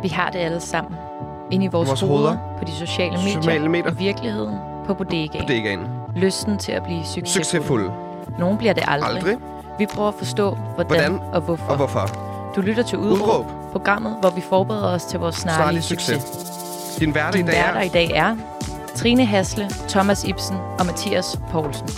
Vi har det alle sammen. Inde i vores hoveder, på de sociale medier, i virkeligheden, på bodegaen. Lysten til at blive succesfuld. Nogen bliver det aldrig. Vi prøver at forstå, hvordan og hvorfor. Du lytter til Udråb, programmet, hvor vi forbereder os til vores snarlige succes. Din værter i dag er Trine Hasle, Thomas Ibsen og Mathias Poulsen.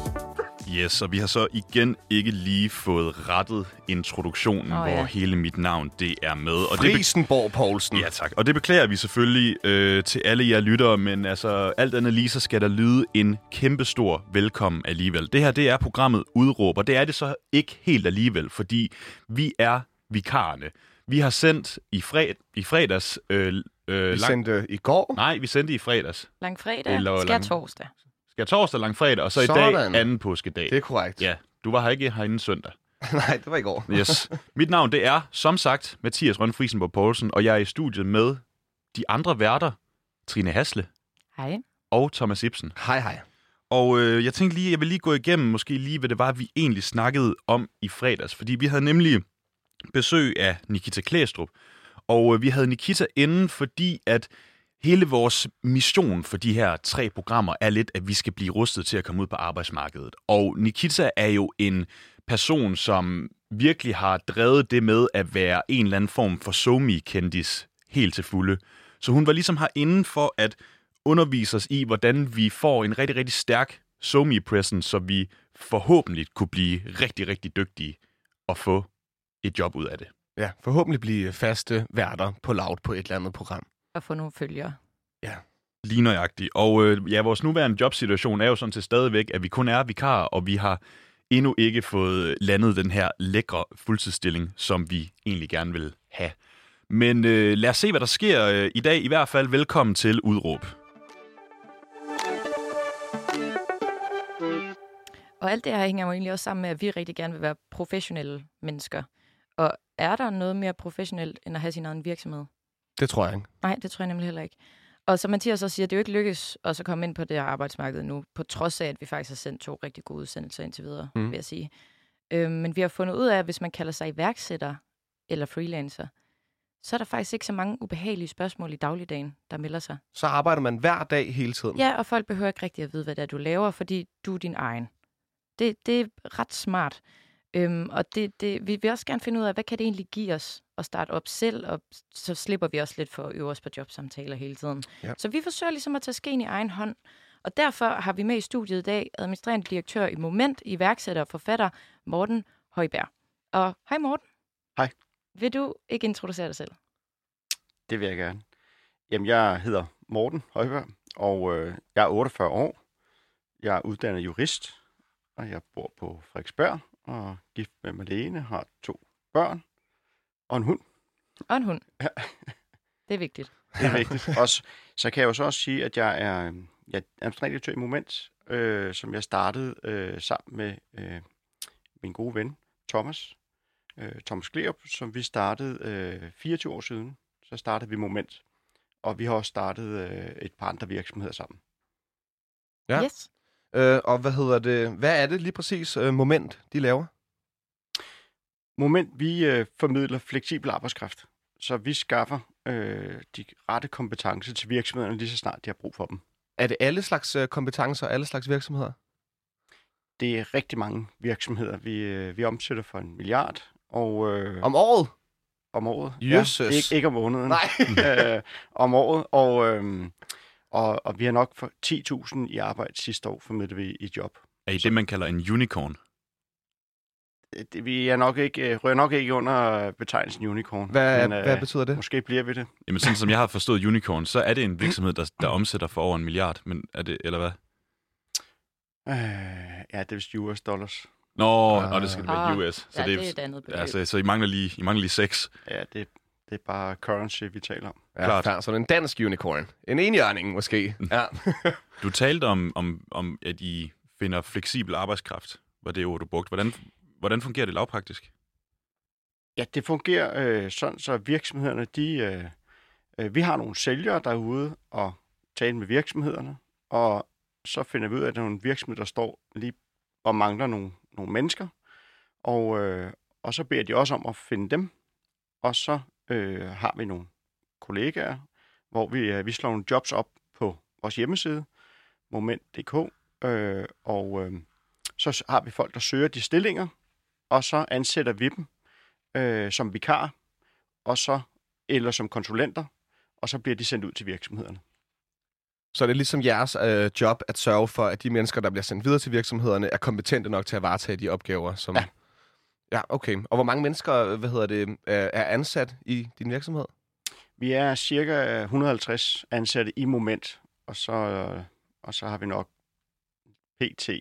Yes, og vi har så igen ikke lige fået rettet introduktionen, hvor hele mit navn det er med. Og Frisenborg Poulsen. Ja, tak. Og det beklager vi selvfølgelig til alle jer lyttere, men altså alt andet lige, så skal der lyde en kæmpestor velkommen alligevel. Det her, det er programmet Udråb, og det er det så ikke helt alligevel, fordi vi er vikarerne. Vi har sendt i fredags... vi sendte i går? Nej, vi sendte i fredags. Langfredag, skærtorsdag. Torsdag, langfredag, og så sådan. I dag anden påskedag. Det er korrekt. Ja, du var her ikke herinde søndag. Nej, det var i går. Yes. Mit navn, det er, som sagt, Mathias Rønn Frisenborg Poulsen, og jeg er i studiet med de andre værter, Trine Hasle. Hej. Og Thomas Ibsen. Hej. Og jeg tænkte lige, jeg vil lige gå igennem, måske lige, hvad det var, vi egentlig snakkede om i fredags. Fordi vi havde nemlig besøg af Nikita Klæstrup, og vi havde Nikita inden, fordi at hele vores mission for de her 3 programmer er lidt, at vi skal blive rustet til at komme ud på arbejdsmarkedet. Og Nikita er jo en person, som virkelig har drevet det med at være en eller anden form for SoMe-kendis helt til fulde. Så hun var ligesom herinde for at undervise os i, hvordan vi får en rigtig, rigtig stærk SoMe-presence, så vi forhåbentlig kunne blive rigtig, rigtig dygtige og få et job ud af det. Ja, forhåbentlig blive faste værter på Loud på et eller andet program. Og få nogle følgere. Ja. Lige nøjagtigt. Og vores nuværende jobsituation er jo sådan til stadigvæk, at vi kun er vikarer, og vi har endnu ikke fået landet den her lækre fuldtidsstilling, som vi egentlig gerne vil have. Men lad os se, hvad der sker i dag. I hvert fald velkommen til Udråb. Og alt det her hænger jo egentlig også sammen med, at vi rigtig gerne vil være professionelle mennesker. Og er der noget mere professionelt, end at have sin egen virksomhed? Det tror jeg ikke. Nej, det tror jeg nemlig heller ikke. Og som Mathias også siger, det er jo ikke lykkes at komme ind på det her arbejdsmarked nu, på trods af, at vi faktisk har sendt 2 rigtig gode udsendelser indtil videre, vil jeg sige. Men vi har fundet ud af, at hvis man kalder sig iværksætter eller freelancer, så er der faktisk ikke så mange ubehagelige spørgsmål i dagligdagen, der melder sig. Så arbejder man hver dag hele tiden. Ja, og folk behøver ikke rigtig at vide, hvad det er, du laver, fordi du er din egen. Det er ret smart. Og vi vil også gerne finde ud af, hvad kan det egentlig give os at starte op selv, og så slipper vi også lidt for at øve os på jobsamtaler hele tiden. Ja. Så vi forsøger ligesom at tage skeen i egen hånd, og derfor har vi med i studiet i dag administrerende direktør i Moment, iværksætter og forfatter Morten Højberg. Og hej Morten. Hej. Vil du ikke introducere dig selv? Det vil jeg gerne. Jamen, jeg hedder Morten Højberg, og jeg er 48 år. Jeg er uddannet jurist, og jeg bor på Frederiksberg. Og gift med Malene, har 2 børn og en hund. Og en hund. Ja. Det er vigtigt. Det er vigtigt. Så kan jeg jo så også sige, at jeg er administrerende direktør i Moment, som jeg startede sammen med min gode ven Thomas Glerup, som vi startede 24 år siden. Så startede vi Moment, og vi har også startet et par andre virksomheder sammen. Ja. Yes. Og hvad er det lige præcis Moment, de laver? Moment, vi formidler fleksibel arbejdskraft. Så vi skaffer de rette kompetencer til virksomhederne lige så snart de har brug for dem. Er det alle slags kompetencer og alle slags virksomheder? Det er rigtig mange virksomheder. Vi omsætter for 1 milliard. Og, om året? Om året. Jesus. Ja, ikke om måneden. Nej. Om året. Og vi har nok for 10.000 i arbejde sidste år, formidler vi i job. Er I det, man kalder en unicorn? Vi er rører nok ikke under betegnelsen unicorn. Hvad betyder det? Måske bliver vi det. Jamen sådan som jeg har forstået unicorn, så er det en virksomhed, der omsætter for over 1 milliard. Men er det, eller hvad? Ja, det er vist US dollars. Nå, det skal det være US. Så ja, det er et andet beløb. Altså, så I mangler lige 6. Ja, det er bare currency, vi taler om. Ja, klart. Så det er en dansk unicorn. En enhjørning måske. Ja. Du talte om, at I finder fleksibel arbejdskraft, var det ord, du brugte. Hvordan fungerer det lavpraktisk? Ja, det fungerer sådan, så virksomhederne, vi har nogle sælgere derude og taler med virksomhederne, og så finder vi ud af, at der er nogle virksomheder, der står lige og mangler nogle mennesker, og så beder de også om at finde dem, og så har vi nogle kollegaer, hvor vi slår nogle jobs op på vores hjemmeside, moment.dk, så har vi folk, der søger de stillinger, og så ansætter vi dem som vikar, eller som konsulenter, og så bliver de sendt ud til virksomhederne. Så det er ligesom jeres job at sørge for, at de mennesker, der bliver sendt videre til virksomhederne, er kompetente nok til at varetage de opgaver, som... Ja. Ja, okay. Og hvor mange mennesker, er ansat i din virksomhed? Vi er cirka 150 ansatte i Moment, og så har vi nok pt.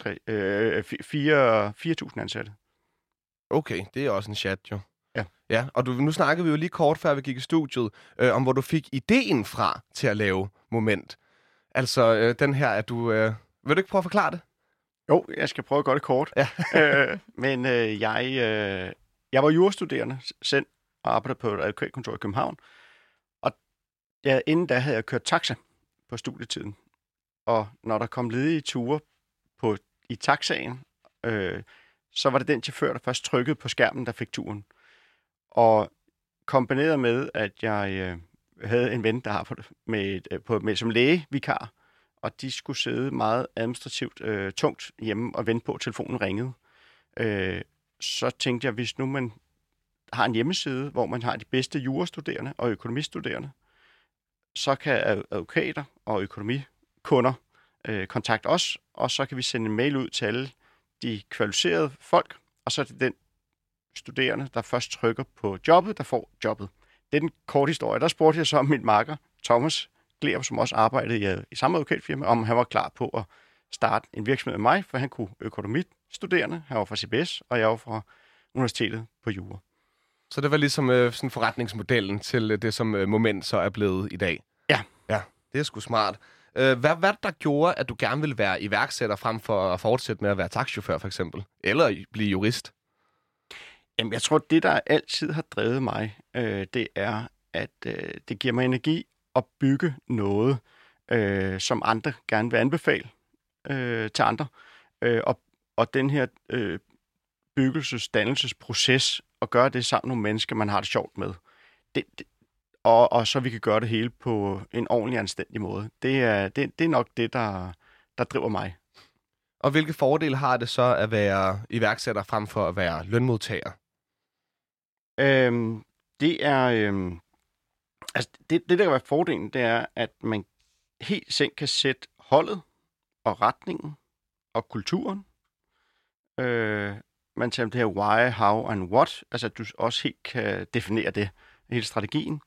4.000 ansatte. Okay, det er også en chat, jo. Ja. Ja, og nu snakkede vi jo lige kort, før vi gik i studiet, om hvor du fik ideen fra til at lave Moment. Altså, den her, at du... vil du ikke prøve at forklare det? Jo, jeg skal prøve at gøre det kort. Ja. Men jeg var jurastuderende selv og arbejdede på et advokatkontor i København. Og inden da havde jeg kørt taxa på studietiden. Og når der kom ledige ture i taxaen, så var det den chauffør, der først trykkede på skærmen, der fik turen. Og kombineret med, at jeg havde en ven, der arbejdede som lægevikar, og de skulle sidde meget administrativt tungt hjemme og vente på, at telefonen ringede. Så tænkte jeg, hvis nu man har en hjemmeside, hvor man har de bedste jurastuderende og økonomistuderende, så kan advokater og økonomikunder kontakte os, og så kan vi sende en mail ud til alle de kvalificerede folk, og så er det den studerende, der først trykker på jobbet, der får jobbet. Det er den korte historie. Der spurgte jeg så min makker, Thomas Glerup, som også arbejdede i samme advokatfirma, om han var klar på at starte en virksomhed med mig, for han kunne økonomistuderende. Han var fra CBS, og jeg var fra Universitetet på Jura. Så det var ligesom sådan forretningsmodellen til det, som Moment så er blevet i dag? Ja. Ja, det er sgu smart. Hvad der gjorde, at du gerne ville være iværksætter, frem for at fortsætte med at være taxichauffør, for eksempel? Eller blive jurist? Jamen, jeg tror, det, der altid har drevet mig, det er, at det giver mig energi at bygge noget, som andre gerne vil anbefale til andre. Og den her dannelsesproces, og gøre det sammen med nogle mennesker, man har det sjovt med. Og så vi kan gøre det hele på en ordentlig, anstændig måde. Det er nok det, der driver mig. Og hvilke fordele har det så at være iværksætter, frem for at være lønmodtager? Det er... det, der kan være fordelen, det er, at man helt selv kan sætte holdet og retningen og kulturen. Man tager det her why, how and what. Altså, at du også helt kan definere det, hele strategien.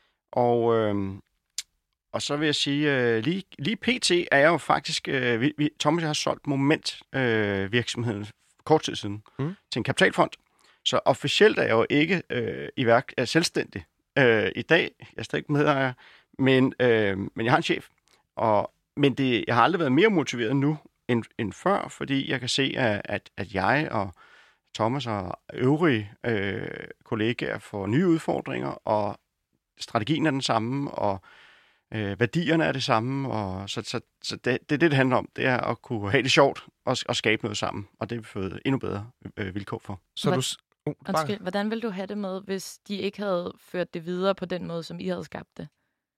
Og så vil jeg sige, lige pt. Er jeg jo faktisk... Thomas, jeg har solgt Moment virksomheden kort tid siden til en kapitalfond. Så officielt er jeg jo ikke selvstændig i dag. Jeg er stadig medejer, men jeg har en chef. Men jeg har aldrig været mere motiveret nu end før, fordi jeg kan se, at jeg og Thomas og øvrige kollegaer får nye udfordringer, og strategien er den samme, og værdierne er det samme. Og så det handler om, det er at kunne have det sjovt og skabe noget sammen, og det har vi fået endnu bedre vilkår for. Så hvordan ville du have det med, hvis de ikke havde ført det videre på den måde, som I havde skabt det?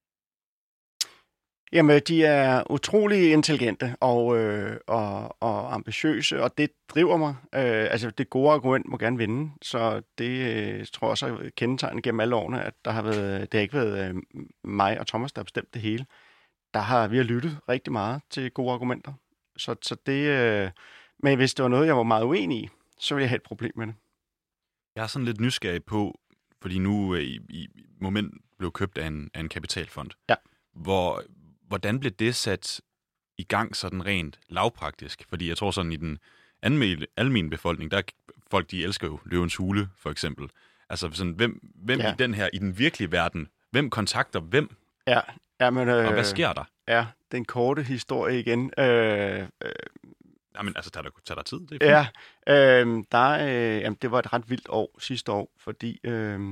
Jamen, de er utrolig intelligente og ambitiøse, og det driver mig. Altså, det gode argument må gerne vinde, så det tror jeg også er kendetegnet gennem alle årene, at det har ikke været mig og Thomas, der har bestemt det hele. Vi har lyttet rigtig meget til gode argumenter. Så det... Men hvis det var noget, jeg var meget uenig i, så ville jeg have et problem med det. Jeg er sådan lidt nysgerrig på, fordi nu i Moment blev købt af en kapitalfond. Ja. Hvordan blev det sat i gang sådan rent lavpraktisk? Fordi jeg tror sådan i den almene befolkning, der er folk, de elsker jo Løvens Hule, for eksempel. Altså sådan, hvem i den her, i den virkelige verden, hvem kontakter hvem? Ja. Men, og hvad sker der? Ja, den korte historie igen. Jamen, altså, tag dig tid. Det er fint. Ja, det var et ret vildt år sidste år, fordi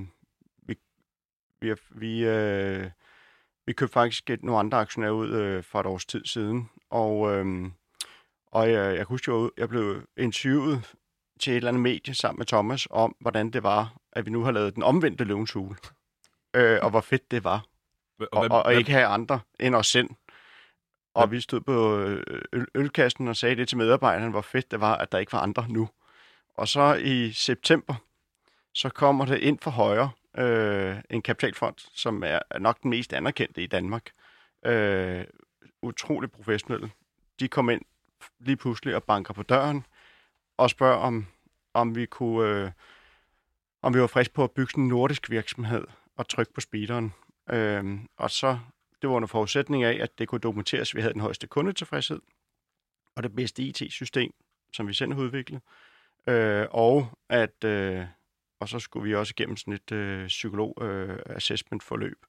vi købte faktisk nogle andre aktionærer ud for et års tid siden, og jeg kan huske, at jeg blev interviewet til et eller andet medie sammen med Thomas om, hvordan det var, at vi nu har lavet den omvendte Løvens Hule. og hvor fedt det var. Og ikke have andre end os selv. Og vi stod på ølkassen og sagde det til medarbejderne, hvor fedt det var, at der ikke var andre nu. Og så i september, så kommer det ind for højre en kapitalfond, som er nok den mest anerkendte i Danmark. Utrolig professionelle. De kom ind lige pludselig og banker på døren og spørger, om vi kunne, om vi var friske på at bygge en nordisk virksomhed og trykke på speederen. Og så, det var under forudsætning af, at det kunne dokumenteres, at vi havde den højeste kundetilfredshed og det bedste IT-system, som vi selv har udviklet. Og så skulle vi også igennem sådan et psykolog-assessment-forløb.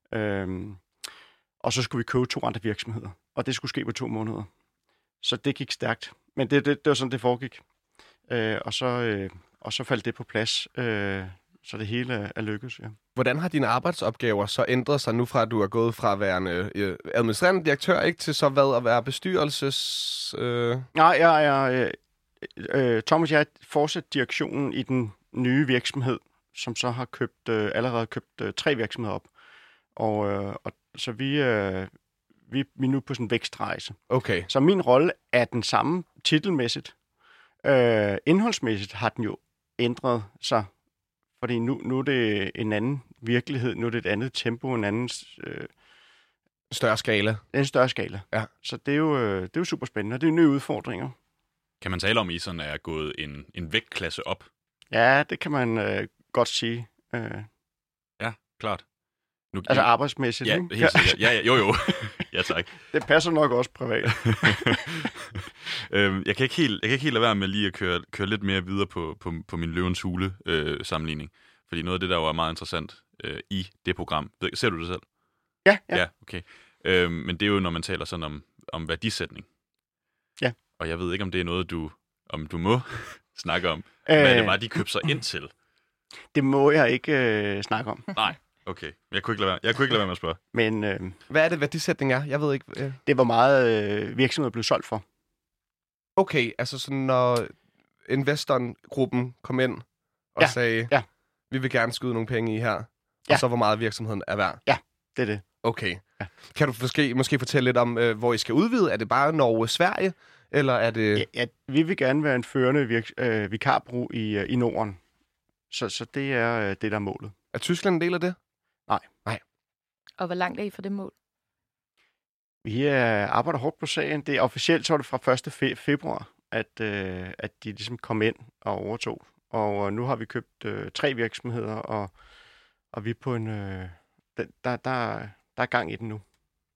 Og så skulle vi købe 2 andre virksomheder, og det skulle ske på 2 måneder. Så det gik stærkt. Men det var sådan, det foregik. Og så faldt det på plads, så det hele er lykkedes, ja. Hvordan har dine arbejdsopgaver så ændret sig nu fra, at du er gået fra at være administrerende direktør, ikke, til så hvad at være bestyrelses... Nej, Thomas, jeg er fortsat direktionen i den nye virksomhed, som så har allerede købt 3 virksomheder op. Og så vi er nu på sådan en vækstrejse. Okay. Så min rolle er den samme titelmæssigt. Indholdsmæssigt har den jo ændret sig, fordi nu er det en anden virkelighed, nu er det et andet tempo, en anden... Større skala. En større skala. Ja. Så det er jo super spændende, og det er nye udfordringer. Kan man tale om, I sådan er gået en vægtklasse op? Ja, det kan man godt sige. Ja, klart. Nu, altså arbejdsmæssigt, ja, ikke? Helt sikkert. Ja, jo. Ja, tak. Det passer nok også privat. Jeg kan ikke helt lade være med lige at køre lidt mere videre på min Løvens Hule sammenligning. Fordi noget af det, der jo er meget interessant i det program. Ser du det selv? Ja. Ja, okay. Men det er jo, når man taler sådan om værdisætning. Ja. Og jeg ved ikke, om det er noget, om du må snakke om. Hvad det var, de købte sig ind til? Det må jeg ikke snakke om. Nej. Okay, jeg kunne ikke lade være med at spørge. Men hvad er det, værdisætning er? Jeg ved ikke. Det var meget virksomheder blev solgt for. Okay, altså sådan når investorgruppen kom ind og sagde, vi vil gerne skyde nogle penge i her, og så hvor meget virksomheden er værd. Ja, det er det. Okay. Ja. Kan du måske fortælle lidt om, hvor I skal udvide? Er det bare Norge-Sverige, eller er det... Ja, vi vil gerne være en førende vikarbureau i Norden. Så det er det, der er målet. Er Tyskland en del af det? Nej. Og hvor langt er I for det mål? Vi arbejder hårdt på sagen. Det er officielt, så var det fra 1. februar, at de ligesom kom ind og overtog. Og nu har vi købt 3 virksomheder, og vi er på en... Der er gang i den nu.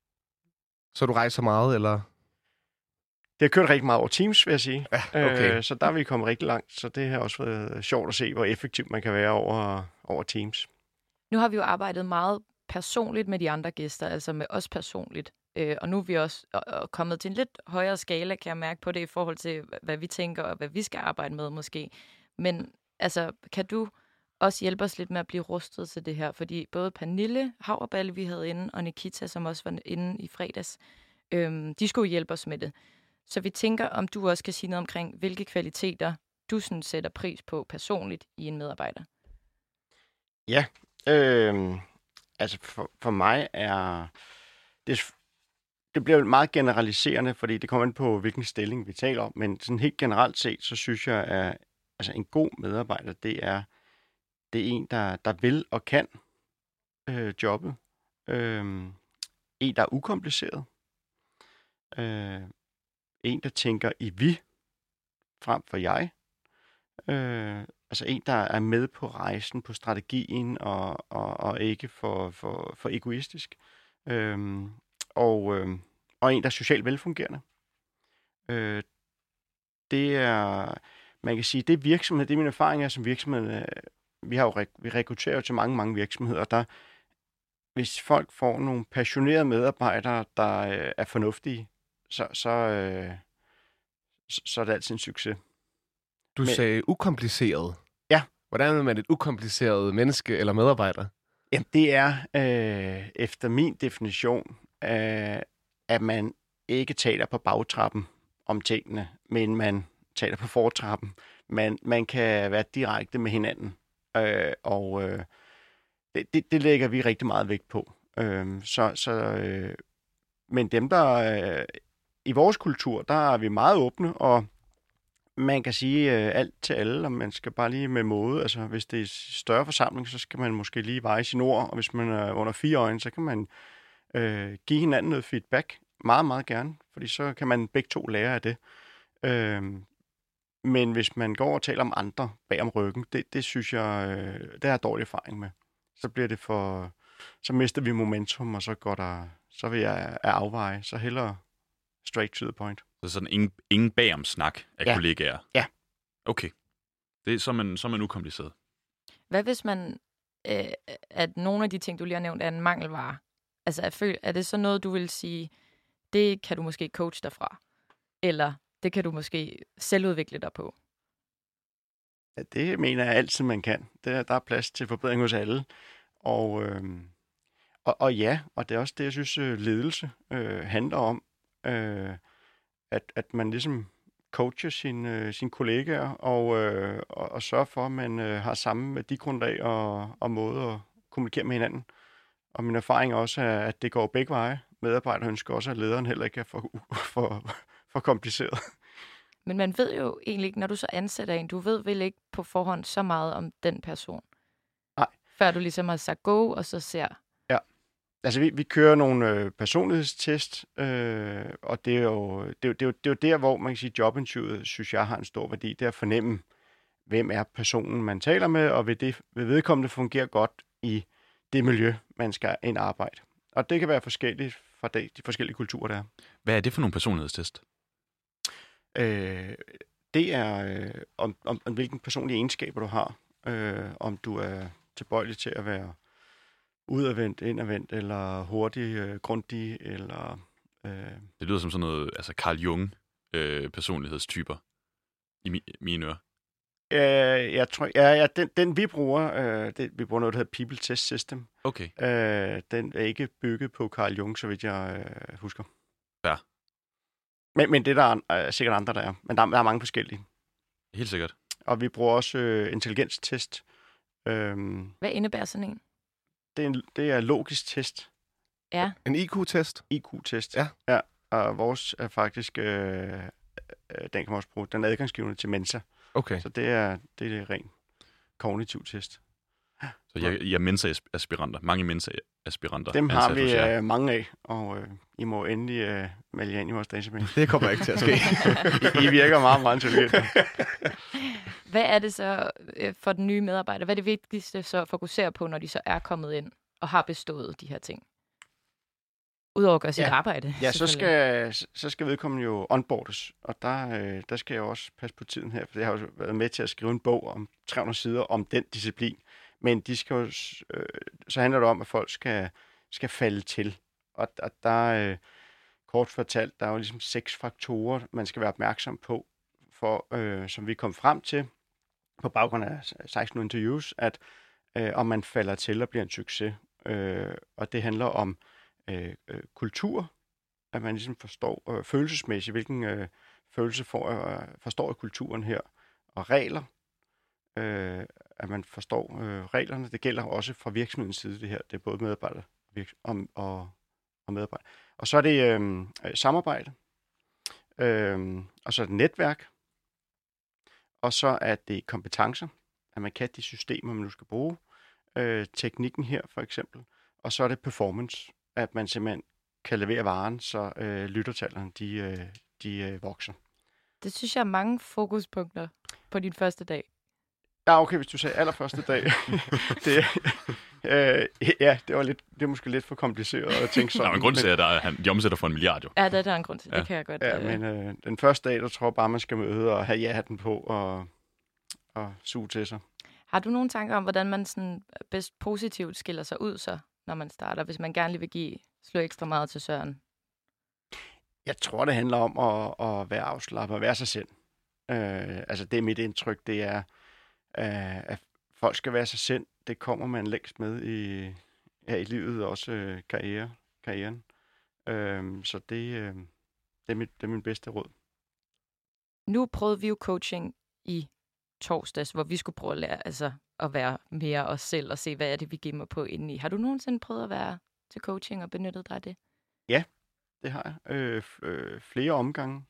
Så du rejser meget, eller...? Det har kørt rigtig meget over Teams, vil jeg sige. Ja, okay. Så der er vi kommet rigtig langt. Så det har også været sjovt at se, hvor effektivt man kan være over Teams. Nu har vi jo arbejdet meget personligt med de andre gæster, altså med os personligt. Og nu er vi også kommet til en lidt højere skala, kan jeg mærke på det, i forhold til, hvad vi tænker, og hvad vi skal arbejde med måske. Men altså, kan du også hjælpe os lidt med at blive rustet til det her? Fordi både Pernille Hauerballe, vi havde inde, og Nikita, som også var inde i fredags, de skulle hjælpe os med det. Så vi tænker, om du også kan sige noget omkring, hvilke kvaliteter du sådan sætter pris på personligt i en medarbejder. Ja, altså for mig er det bliver meget generaliserende, fordi det kommer an på, hvilken stilling vi taler om, men sådan helt generelt set, så synes jeg, at altså en god medarbejder, det er en, der vil og kan jobbet. En, der er ukompliceret. En, der tænker i vi, frem for jeg. Altså en, der er med på rejsen, på strategien, og ikke for egoistisk. Og en, der er socialt velfungerende. Det er, man kan sige, det er virksomhed, det er min erfaring som virksomhed. Vi rekrutterer jo til mange virksomheder, der hvis folk får nogle passionerede medarbejdere, der er fornuftige, så er det altid en succes. Du sagde ukompliceret. Ja. Hvordan er man et ukompliceret menneske eller medarbejder? Jamen, det er efter min definition, at man ikke taler på bagtrappen om tingene, men man taler på fortrappen. Man kan være direkte med hinanden. Det lægger vi rigtig meget vægt på. Men dem, der... I vores kultur, der er vi meget åbne, og man kan sige alt til alle, og man skal bare lige med måde. Altså, hvis det er en større forsamling, så skal man måske lige veje sine ord, og hvis man er under 4 øjne, så kan man give hinanden noget feedback. Meget, meget gerne, fordi så kan man begge to lære af det. Men hvis man går og taler om andre bag om ryggen, det synes jeg, det har jeg dårlig erfaring med. Så bliver det så mister vi momentum, og så vil jeg afveje, så hellere straight to the point. Så sådan ingen bagom snak af kollegaer? Ja. Okay. Det er så man ukompliceret. Hvad hvis man, at nogle af de ting, du lige har nævnt, er en mangelvare? Altså, er det så noget, du vil sige, det kan du måske coach dig fra? Eller det kan du måske selvudvikle dig på? Ja, det mener jeg altid, man kan. Der er plads til forbedring hos alle. Og ja, og det er også det, jeg synes, ledelse handler om. At man ligesom coacher sine kollegaer og sørger for, at man har samme værdigrundlag og måde at kommunikere med hinanden. Og min erfaring også er, at det går begge veje. Medarbejdere ønsker også, at lederen heller ikke er for kompliceret. Men man ved jo egentlig ikke, når du så ansætter en, du ved vel ikke på forhånd så meget om den person. Nej. Før du ligesom har sagt go, og så ser... Ja. Altså, vi kører nogle personlighedstest, og det er jo der, hvor man kan sige, jobinterviewet, synes jeg, har en stor værdi. Det er at fornemme, hvem er personen, man taler med, og vil vedkommende fungere godt i det miljø, man skal ind og arbejde. Og det kan være forskelligt fra de forskellige kulturer, der er. Hvad er det for nogle personlighedstest? Det er om hvilken personlige egenskaber du har. Om du er tilbøjelig til at være udadvendt, indadvendt, eller hurtig, grundig, eller... Det lyder som sådan noget, altså Carl Jung personlighedstyper i mine ører. Jeg tror, den vi bruger, vi bruger noget, der hedder People Test System. Okay. Den er ikke bygget på Carl Jung, så vidt jeg husker. Ja. Men det der er sikkert andre, der er. Men der er mange forskellige. Helt sikkert. Og vi bruger også intelligenstest. Hvad indebærer sådan en? Det er logisk test. Ja. En IQ-test? IQ-test. Ja. Og vores er faktisk, den kan man også bruge, den er adgangsgivende til Mensa. Okay. Så det er ren kognitiv test. Så jeg er Mensa-aspiranter. Mange Mensa-aspiranter. Dem har vi mange af, og I må endelig melde jer ind i vores database. Det kommer ikke til at ske. I virker meget, meget intelligente. Hvad er det så for den nye medarbejder? Hvad er det vigtigste så at fokusere på, når de så er kommet ind og har bestået de her ting? Udover at gøre sit arbejde. Ja, så skal vedkommende jo onboardes, og der skal jeg også passe på tiden her, for jeg har jo været med til at skrive en bog om 300 sider om den disciplin. Men de skal jo, så handler det om, at folk skal falde til. Og der kort fortalt, der er jo ligesom 6 faktorer, man skal være opmærksom på, som vi kom frem til på baggrund af 16 interviews, at om man falder til og bliver en succes. Og det handler om kultur, at man ligesom forstår følelsesmæssigt, hvilken følelse forstår i kulturen her, og regler, at man forstår reglerne. Det gælder også fra virksomhedens side, det her. Det er både medarbejdere og medarbejdere. Og så er det samarbejde, og så er det netværk, og så er det kompetencer, at man kan de systemer, man nu skal bruge, teknikken her for eksempel, og så er det performance, at man simpelthen kan levere varen, så lyttertallerne de vokser. Det synes jeg er mange fokuspunkter på din første dag. Ja, okay, hvis du sagde allerførste dag. Det er måske lidt for kompliceret at tænke sådan. Der er en grund til, at de omsætter for 1 milliard, jo. Ja, der er en grund til. Det kan jeg godt. Ja, men den første dag, der tror jeg bare, man skal møde og have ja-hatten på og suge til sig. Har du nogle tanker om, hvordan man sådan bedst positivt skiller sig ud så, når man starter, hvis man gerne lige vil slå ekstra meget til Søren? Jeg tror, det handler om at være afslappet og være sig selv. Altså, det er mit indtryk, det er, at folk skal være sig selv. Det kommer man længst med i livet, også karrieren. Så det er min bedste råd. Nu prøvede vi jo coaching i torsdags, hvor vi skulle prøve at lære, altså at være mere os selv og se, hvad er det, vi gemmer på indeni. Har du nogensinde prøvet at være til coaching og benyttet dig af det? Ja, det har jeg. Flere omgange.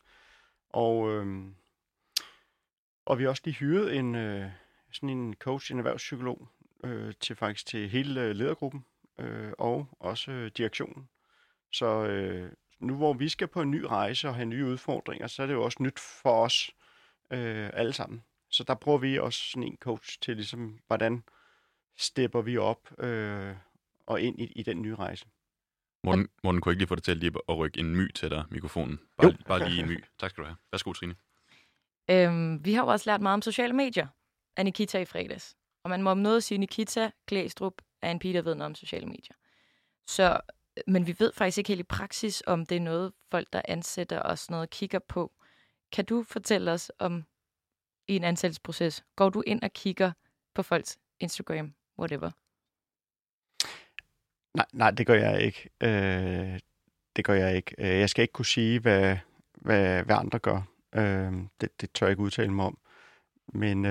Og vi har også lige hyret sådan en coach, en erhvervspsykolog, til hele ledergruppen og også direktionen. Så nu hvor vi skal på en ny rejse og have nye udfordringer, så er det jo også nyt for os alle sammen. Så der bruger vi også sådan en coach til ligesom, hvordan stepper vi op og ind i den nye rejse. Morten, kunne jeg ikke lige få dig til lige at rykke en my til dig, mikrofonen? Bare lige en my. Tak skal du have. Værsgo, Trine. Vi har jo også lært meget om sociale medier af Nikita i fredags. Og man må om noget sige, Nikita Klæstrup er en pige, der ved noget om sociale medier. Men vi ved faktisk ikke helt i praksis, om det er noget, folk, der ansætter og sådan noget, kigger på. Kan du fortælle os om, i en ansættelsesproces, går du ind og kigger på folks Instagram, whatever? Nej, det gør jeg ikke. Det gør jeg ikke. Jeg skal ikke kunne sige, hvad andre gør. Det tør jeg ikke udtale mig om. Men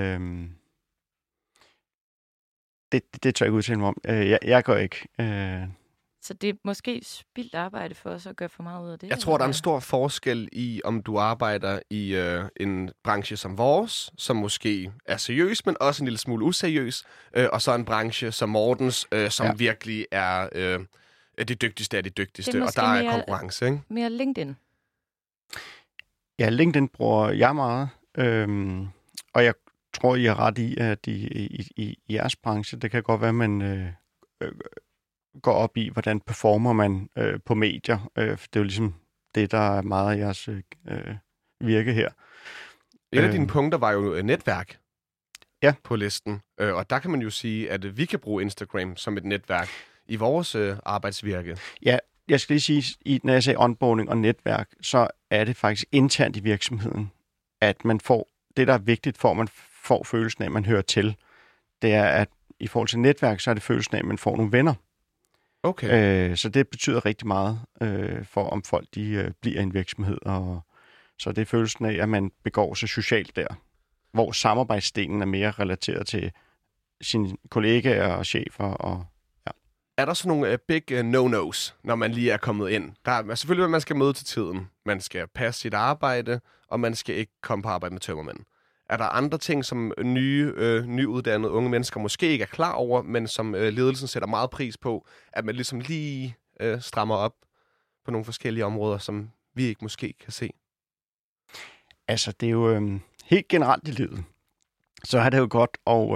det tør jeg ikke udtale mig om. Jeg gør ikke. Så det er måske spildt arbejde for os at gøre for meget ud af det? Jeg tror, der er en stor forskel i, om du arbejder i en branche som vores, som måske er seriøs, men også en lille smule useriøs, og så en branche som Mortens, som virkelig er det dygtigste af de dygtigste, og der er konkurrence, ikke? Mere LinkedIn. Ja, LinkedIn bruger jeg meget, og jeg tror, I har ret i, at i jeres branche, det kan godt være, at man går op i, hvordan performer man på medier. For det er jo ligesom det, der er meget af jeres virke her. Et af dine punkter var jo netværk på listen, og der kan man jo sige, at vi kan bruge Instagram som et netværk i vores arbejdsvirke. Ja, jeg skal lige sige, når jeg sagde onboarding og netværk, så er det faktisk internt i virksomheden, at man får det, der er vigtigt for, at man får følelsen af, at man hører til. Det er, at i forhold til netværk, så er det følelsen af, at man får nogle venner. Okay. Så det betyder rigtig meget for, om folk de bliver i en virksomhed. Og så det er følelsen af, at man begår sig socialt der, hvor samarbejdsdelen er mere relateret til sine kollegaer og chefer. Er der så nogle big no-nos, når man lige er kommet ind? Der er selvfølgelig, at man skal møde til tiden. Man skal passe sit arbejde, og man skal ikke komme på arbejde med tømmermænd. Er der andre ting, som nyuddannede unge mennesker måske ikke er klar over, men som ledelsen sætter meget pris på, at man ligesom lige strammer op på nogle forskellige områder, som vi ikke måske kan se? Altså, det er jo helt generelt i livet. Så er det jo godt,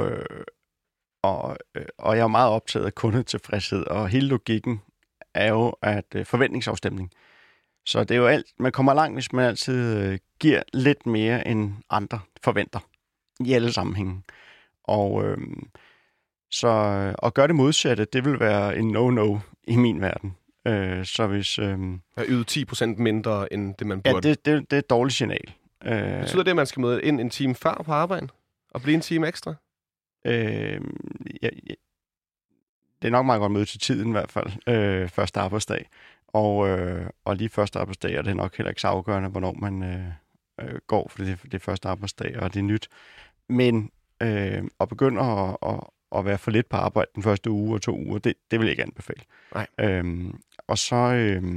og jeg er meget optaget af kundetilfredshed, og hele logikken er jo, at forventningsafstemning. Så det er jo alt, man kommer langt, hvis man altid giver lidt mere, end andre forventer i alle sammenhænge. Og så at gøre det modsatte, det vil være en no-no i min verden. Så hvis... At yde 10% mindre, end det man burde. Ja, det er et dårligt signal. Betyder det, at man skal møde ind en time før på arbejde? Og blive en time ekstra? Ja, det er nok meget godt møde til tiden i hvert fald. Første arbejdsdag. Og lige første arbejdsdag er det nok heller ikke så afgørende, hvornår man går, for det er første arbejdsdag, og det er nyt. Men at begynde at være for lidt på arbejde den første uge og 2 uger, det vil jeg ikke anbefale. Nej. Og så...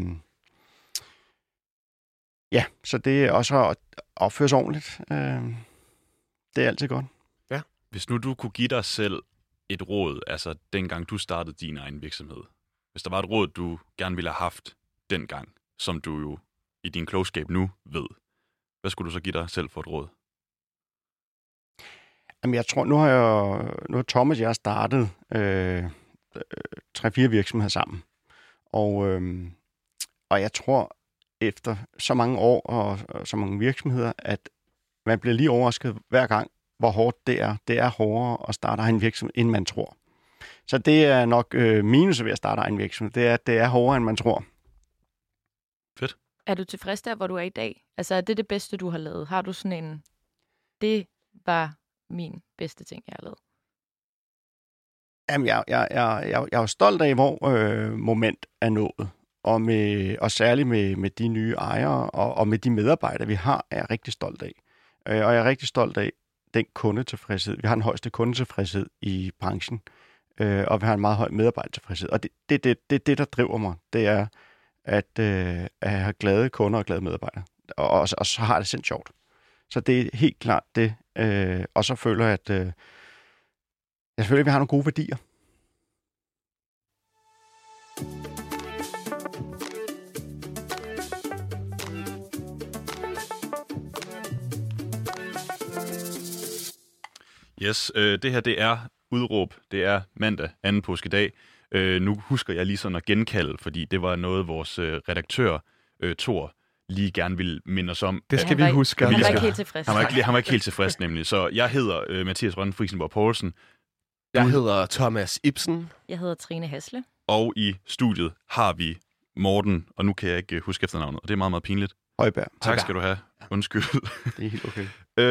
så det er også at opføre sig ordentligt. Det er altid godt. Ja. Hvis nu du kunne give dig selv et råd, altså dengang du startede din egen virksomhed, hvis der var et råd, du gerne ville have haft dengang, som du jo i din klogskab nu ved, hvad skulle du så give dig selv for et råd? Jamen, jeg tror, nu har Thomas og jeg startet 3-4 virksomheder sammen. Og jeg tror, efter så mange år og så mange virksomheder, at man bliver lige overrasket hver gang, hvor hårdt det er. Det er hårdere at starte en virksomhed, end man tror. Så det er nok minus ved at starte en virksomhed. Det er hårdere, end man tror. Fedt. Er du tilfreds der, hvor du er i dag? Altså, er det det bedste, du har lavet? Har du sådan en... Det var min bedste ting, jeg har lavet. Jamen, jeg er jo stolt af, hvor moment er nået. Og særligt med de nye ejere og med de medarbejdere, vi har, er jeg rigtig stolt af. Og jeg er rigtig stolt af den kundetilfredshed. Vi har den højeste kundetilfredshed i branchen, og vi har en meget høj medarbejdertilfredshed. Og det, der driver mig, det er at have glade kunder og glade medarbejdere. Og så har det sindssygt sjovt. Så det er helt klart det. Og så føler jeg, at jeg føler, at vi har nogle gode værdier. Yes, det her det er udråb. Det er mandag, anden påskedag. Nu husker jeg lige sådan at genkalde, fordi det var noget, vores redaktør, Thor, lige gerne ville minde os om. Det skal vi huske. Han var ikke helt tilfreds. Han var ikke helt tilfreds, nemlig. Så jeg hedder Mathias Rønne Friesenborg Poulsen. Jeg hedder Thomas Ibsen. Jeg hedder Trine Hasle. Og i studiet har vi Morten, og nu kan jeg ikke huske efternavnet, og det er meget, meget pinligt. Højberg. Tak skal du have. Undskyld. Det er helt okay.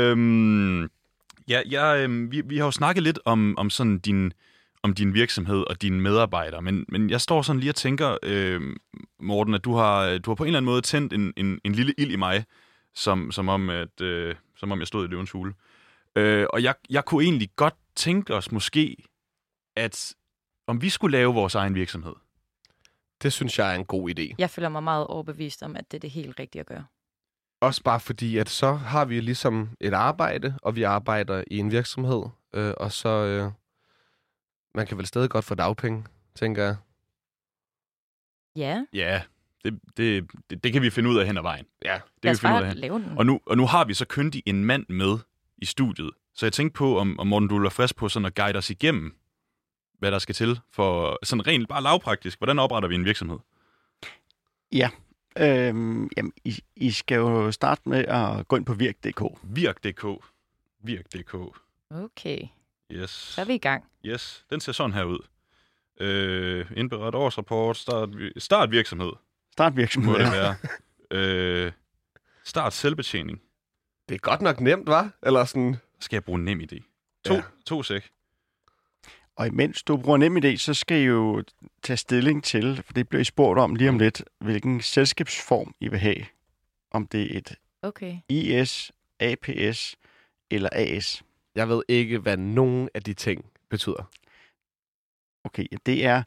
Vi har jo snakket lidt om sådan din virksomhed og dine medarbejdere, men jeg står sådan lige og tænker, Morten, at du har på en eller anden måde tændt en lille ild i mig, som om jeg stod i løvens hule. Og jeg kunne egentlig godt tænke os måske, at om vi skulle lave vores egen virksomhed. Det synes jeg er en god idé. Jeg føler mig meget overbevist om, at det er det helt rigtige at gøre. Også bare fordi, at så har vi ligesom et arbejde, og vi arbejder i en virksomhed, og så man kan vel stadig godt få dagpenge, tænker jeg. Ja. Ja, det kan vi finde ud af hen ad vejen. Ja, det lad os kan vi finde ud bare af. lave den. Og nu har vi så kyndig en mand med i studiet, så jeg tænkte på, om Morten, du er frisk på sådan at guide os igennem, hvad der skal til for sådan rent bare lavpraktisk. Hvordan opretter vi en virksomhed? Ja. Jamen, I skal jo starte med at gå ind på virk.dk. Virk.dk. Okay, Yes. så er vi i gang. Yes, den ser sådan her ud. Indberet årsrapport, start virksomhed, Start virksomhed. må det være. Start selvbetjening. Det er godt nok nemt, hva'? Eller sådan... Skal jeg bruge NemID? Ja. To sek. Og imens du bruger NemID, så skal I jo tage stilling til, for det bliver I spurgt om lige om lidt, hvilken selskabsform I vil have. Om det er et Okay. IS, APS eller AS. Jeg ved ikke, hvad nogen af de ting betyder. Okay, det er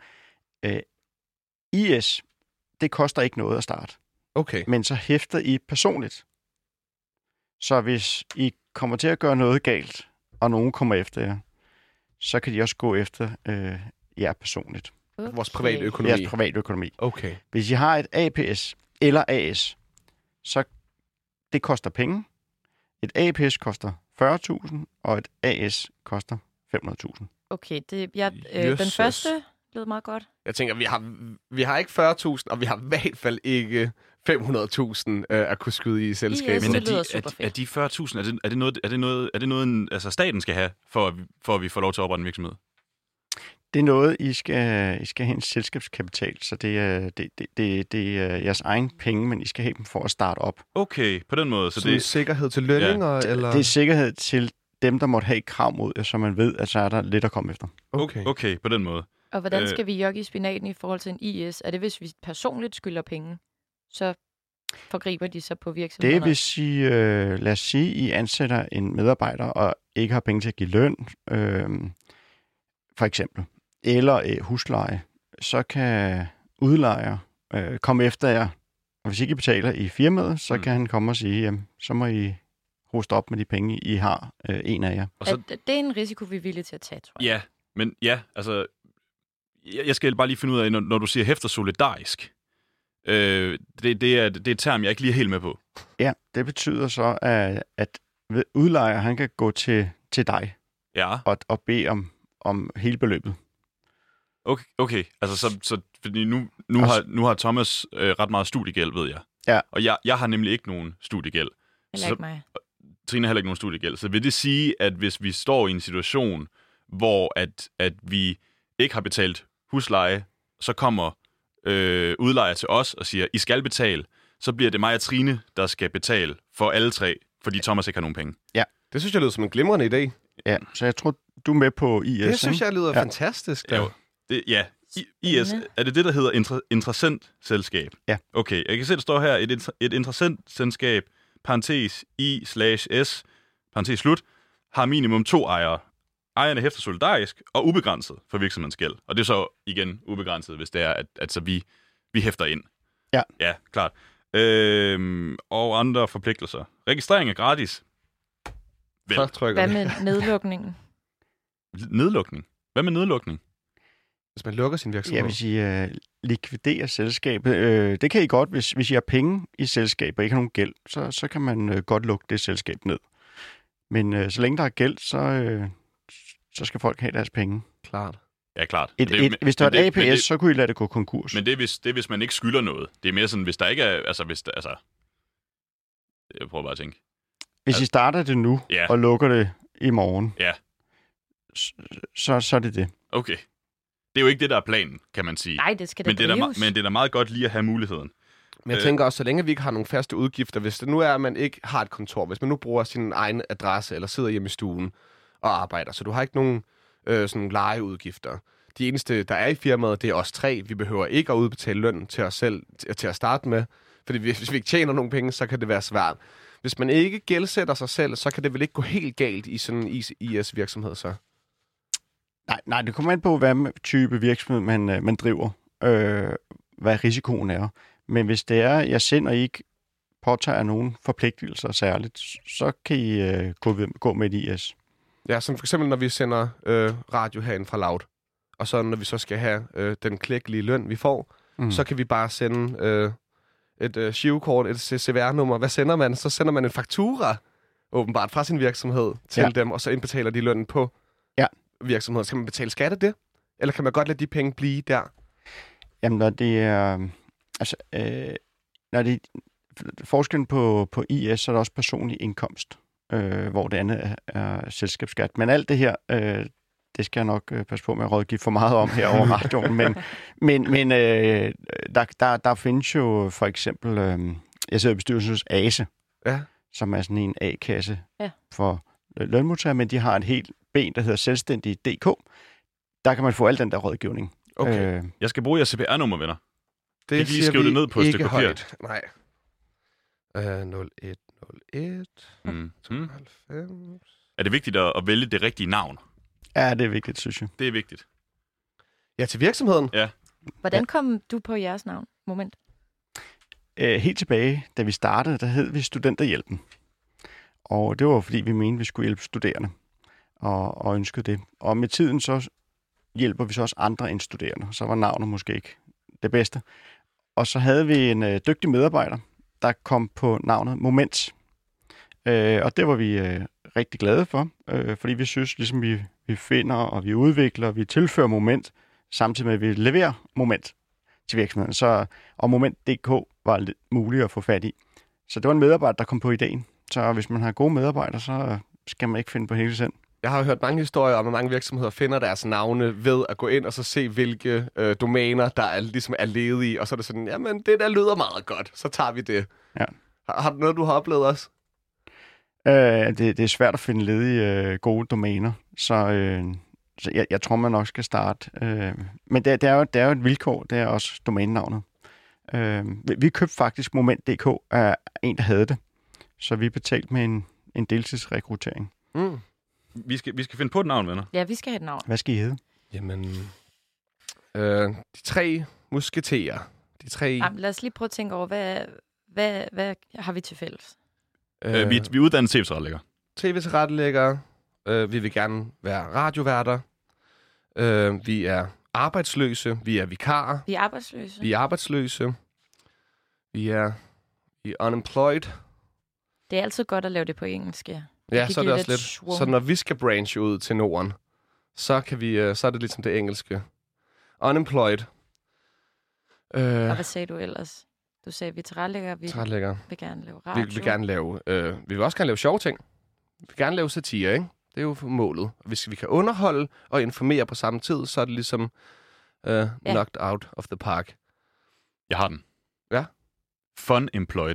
IS. Det koster ikke noget at starte. Okay. Men så hæfter I personligt. Så hvis I kommer til at gøre noget galt, og nogen kommer efter jer, så kan de også gå efter jer personligt. Okay. Vores private økonomi. Jeres private økonomi. Okay. Hvis I har et APS eller AS, så det koster penge. Et APS koster 40.000, og et AS koster 500.000. Okay, den Jesus. første lød meget godt. Jeg tænker, vi har ikke 40.000, og vi har i hvert fald ikke 500.000 at kunne skyde i selskabet. Yes. Men det lyder super fedt. er de 40.000, er det noget altså staten skal have, for at vi får lov til at oprette en virksomhed? Det er noget, I skal have en selskabskapital, så det er jeres egen penge, men I skal have dem for at starte op. Okay, på den måde. Så Sådan det, sikkerhed til lønninger, eller? Det er sikkerhed til dem, der måtte have krav mod jer, så man ved, at så er der lidt at komme efter. okay, på den måde. Og hvordan skal vi jogge i spinaten i forhold til en IS? Er det, hvis vi personligt skylder penge, så forgriber de sig på virksomheden? Det er, hvis I, lad os sige, I ansætter en medarbejder og ikke har penge til at give løn, for eksempel, eller husleje, så kan udlejer komme efter jer. Og hvis ikke I betaler i firmaet, så kan han komme og sige, jamen, så må I hoste op med de penge, I har, en af jer. Og så, Det er en risiko, vi er villige til at tage, tror jeg. ja, men ja, altså, jeg skal bare lige finde ud af, når du siger hæfter solidarisk, det er et term, jeg ikke lige er helt med på. Ja, det betyder så, at udlejer, han kan gå til dig Ja, og bede om hele beløbet. okay. Altså, så fordi nu har Thomas ret meget studiegæld, ved jeg. Ja. Og jeg har nemlig ikke nogen studiegæld. Heller ikke mig. Trine har heller ikke nogen studiegæld. Så vil det sige, at hvis vi står i en situation, hvor at vi ikke har betalt husleje, så kommer udlejer til os og siger, I skal betale, så bliver det mig og Trine, der skal betale for alle tre, fordi Thomas ikke har nogen penge. Ja. Det synes jeg lyder som en glimrende idé. Ja, så jeg tror, du er med på IS. Det synes jeg lyder Ja. fantastisk. Jo, IS, er det der hedder interessentselskab? Ja. Okay, jeg kan se, der står her, et interessentselskab, parentes I/S, parentes slut, har minimum 2 ejere. Ejerne hæfter solidarisk og ubegrænset for virksomhedens gæld. Og det er så igen ubegrænset, hvis det er, at så vi hæfter ind. Ja. Ja, klart. Og andre forpligtelser. Registrering er gratis. Vel. Så trykker Hvad vi. med nedlukningen? Nedlukning? Hvad med nedlukning? Hvis man lukker sin virksomhed. Jeg vil sige, likvidere selskabet. Det kan I godt, hvis I har penge i selskabet og ikke har nogen gæld, så kan man godt lukke det selskab ned. Men så længe der er gæld, så skal folk have deres penge. Klart. Ja, klart. Hvis der var et APS, så kunne I lade det gå konkurs. Men det er, hvis man ikke skylder noget. Det er mere sådan, hvis der ikke er... Jeg prøver bare at tænke. Hvis I starter det nu og lukker det i morgen, så er det det. Okay. Det er jo ikke det, der er planen, kan man sige. Nej, det skal da drives. Men det er da meget godt lige at have muligheden. Men jeg tænker også, så længe vi ikke har nogen faste udgifter, hvis det nu er, at man ikke har et kontor, hvis man nu bruger sin egen adresse eller sidder hjemme i stuen og arbejder, så du har ikke nogen sådan lejeudgifter. De eneste, der er i firmaet, det er os 3. Vi behøver ikke at udbetale løn til os selv til at starte med, fordi hvis vi ikke tjener nogen penge, så kan det være svært. Hvis man ikke gældsætter sig selv, så kan det vel ikke gå helt galt i sådan en IS-virksomhed så? Nej, det kommer an på, hvad type virksomhed man driver, hvad risikoen er. Men hvis det er, jeg selv og I ikke påtager nogen forpligtelser særligt, så kan I gå med et IS. Ja, som for eksempel, når vi sender radio herinde fra Loud, og så når vi så skal have den klækkelige løn, vi får, så kan vi bare sende et SHIV-kort, et CVR-nummer. Hvad sender man? Så sender man en faktura, åbenbart, fra sin virksomhed til dem, og så indbetaler de lønnen på virksomheden. Skal man betale skat af det? Eller kan man godt lade de penge blive der? Jamen, når det er... når det forskellen på IS, så er der også personlig indkomst, hvor det andet er selskabsskat. Men alt det her, det skal jeg nok passe på med at rådgive for meget om her over radioen. men der findes jo for eksempel, jeg sidder i bestyrelsen hos ASE, som er sådan en A-kasse for lønmodtagere, men de har et helt ben, der hedder Selvstændig.dk. Der kan man få al den der rådgivning. Okay. Jeg skal bruge jeres CPR-nummer, venner. Det kan lige skrive det ned på et stykke papir. Højt. Nej. 0101 92. Er det vigtigt at vælge det rigtige navn? Ja, det er vigtigt, synes jeg. Det er vigtigt. Ja, til virksomheden? Ja. Hvordan kom du på jeres navn? Moment. Helt tilbage, da vi startede, der hed vi Studenterhjælpen. Og det var fordi, vi mente, vi skulle hjælpe studerende og ønskede det. Og med tiden så hjælper vi så også andre end studerende. Så var navnet måske ikke det bedste. Og så havde vi en dygtig medarbejder, der kom på navnet Moment. Og det var vi rigtig glade for, fordi vi synes, ligesom vi finder og vi udvikler og vi tilfører Moment, samtidig med at vi leverer Moment til virksomheden. Og Moment.dk var muligt at få fat i. Så det var en medarbejder, der kom på ideen. Så hvis man har gode medarbejdere, så skal man ikke finde på hele selv. Jeg har hørt mange historier om, at mange virksomheder finder deres navne ved at gå ind og så se, hvilke domæner, der ligesom er ledige. Og så er det sådan, jamen det der lyder meget godt, så tager vi det. Ja. Har du noget, du har oplevet også? Det er svært at finde ledige gode domæner, så jeg tror, man nok skal starte. Men det er jo et vilkår, det er også domænenavnet. Vi købte faktisk Moment.dk af en, der havde det, så vi betalte med en deltidsrekruttering. Vi skal finde på et navn, venner. Ja, vi skal have et navn. Hvad skal I hedde? Jamen, de 3 musketerer. De 3... Lad os lige prøve at tænke over, hvad har vi til fælles? Vi er uddannet tv-tilrettelægger. TV-tilrettelægger. Vi vil gerne være radioværter. Vi er arbejdsløse. Vi er vikarer. Vi er arbejdsløse. Vi er arbejdsløse. Vi er unemployed. Det er altid godt at lave det på engelsk, ja. Ja, så er det også lidt. Så når vi skal branche ud til Norden, så kan vi, så er det ligesom det engelske. Unemployed. Og hvad sagde du ellers? Du sagde, vi tilrettelægger. Vi vil gerne lave radio. Vi vil gerne lave. Vi vil også gerne lave sjove ting. Vi vil gerne lave satire, ikke? Det er jo målet. Hvis vi kan underholde og informere på samme tid, så er det ligesom knocked out of the park. Jeg har den. Ja. Fun Employed.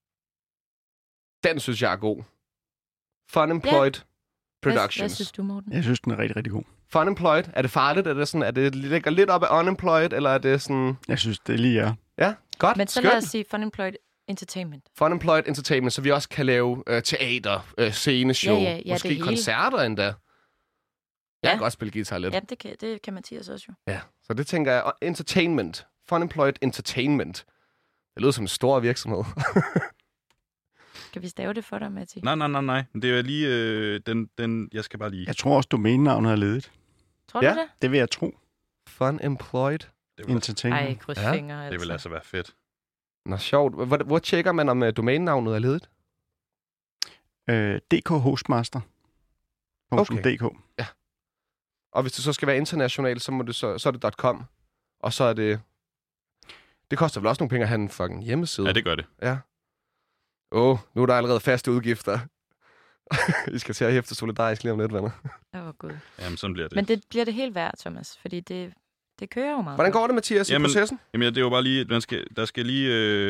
Den synes jeg er god. Fun Employed Productions. Hvad synes du, Morten? Jeg synes, den er rigtig, rigtig god. Fun Employed. Er det farligt? Er det ligger lidt op af Unemployed, eller er det sådan... Jeg synes, det lige er. Ja, godt. Men så lad os sige Fun Employed Entertainment. Fun Employed Entertainment, så vi også kan lave teater, sceneshow, Ja, måske det hele. koncerter endda. Jeg Ja. kan godt spille guitar lidt. Ja, det kan Mathias også jo. Ja, så det tænker jeg. Og entertainment. Fun Employed Entertainment. Det lyder som en stor virksomhed. Kan vi stave det for dig, Matti? Nej. Det er jo lige den... Jeg skal bare lige... Jeg tror også, domænenavnet er ledigt. Tror Ja. du det? Det vil jeg tro. Fun Employed. Det vil, Entertainment. Ej, kryds Ja. fingre, altså. det vil altså være fedt. Nå, sjovt. Hvor tjekker man, om domænenavnet er ledigt? DKHostmaster.dk. Og hvis det så skal være internationalt, så er det .com. Og så er det... Det koster vel også nogle penge at have en fucking hjemmeside. Ja, det gør det. Ja. Nu er der allerede faste udgifter. I skal til at hæfte solidarisk lige om lidt, venner. Åh, Gud. Jamen, sådan bliver det. Men det bliver det helt værd, Thomas, fordi det kører jo meget. Hvordan går det, Mathias, i processen? Jamen, det er jo bare lige... Der skal lige...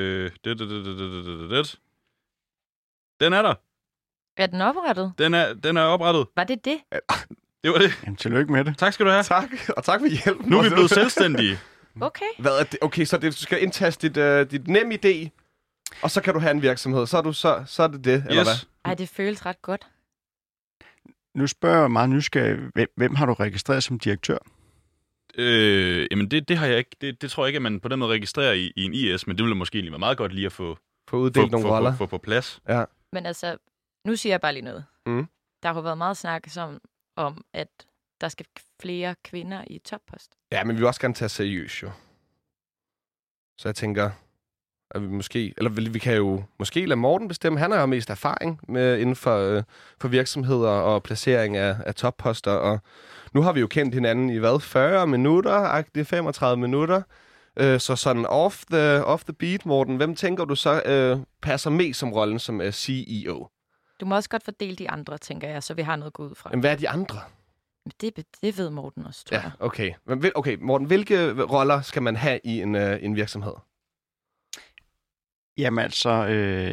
Den er der. Er den oprettet? Den er oprettet. Var det det? Det var det. Jamen, tillykke med det. Tak skal du have. Tak, og tak for hjælpen. Nu er vi blevet selvstændige. Okay. Hvad er det? Okay, så du skal indtaste dit nem idé, og så kan du have en virksomhed. Så er det det, eller hvad? Yes. Ej, det føles ret godt. Nu spørger jeg meget nysgerrig, hvem har du registreret som direktør? Jamen, det har jeg ikke. Det tror jeg ikke, at man på den måde registrerer i en IS, men det ville måske egentlig være meget godt lige at få Få uddelt nogle roller. Få på plads. Ja. Men altså, nu siger jeg bare lige noget. Mm. Der har jo været meget snak om, at der skal flere kvinder i toppost. Ja, men vi vil også gerne tage seriøst, jo. Så jeg tænker, at vi kan jo måske lade Morten bestemme. Han har jo mest erfaring med inden for virksomheder og placering af topposter. Og nu har vi jo kendt hinanden i 40 minutter, 35 minutter. Så sådan off the beat, Morten, hvem tænker du så passer mest som rollen som CEO? Du må også godt fordele de andre, tænker jeg, så vi har noget at gå ud fra. Jamen, hvad er de andre? Det ved Morten også, tror Ja, jeg. okay. Men, okay, Morten, hvilke roller skal man have i en virksomhed? Jamen altså,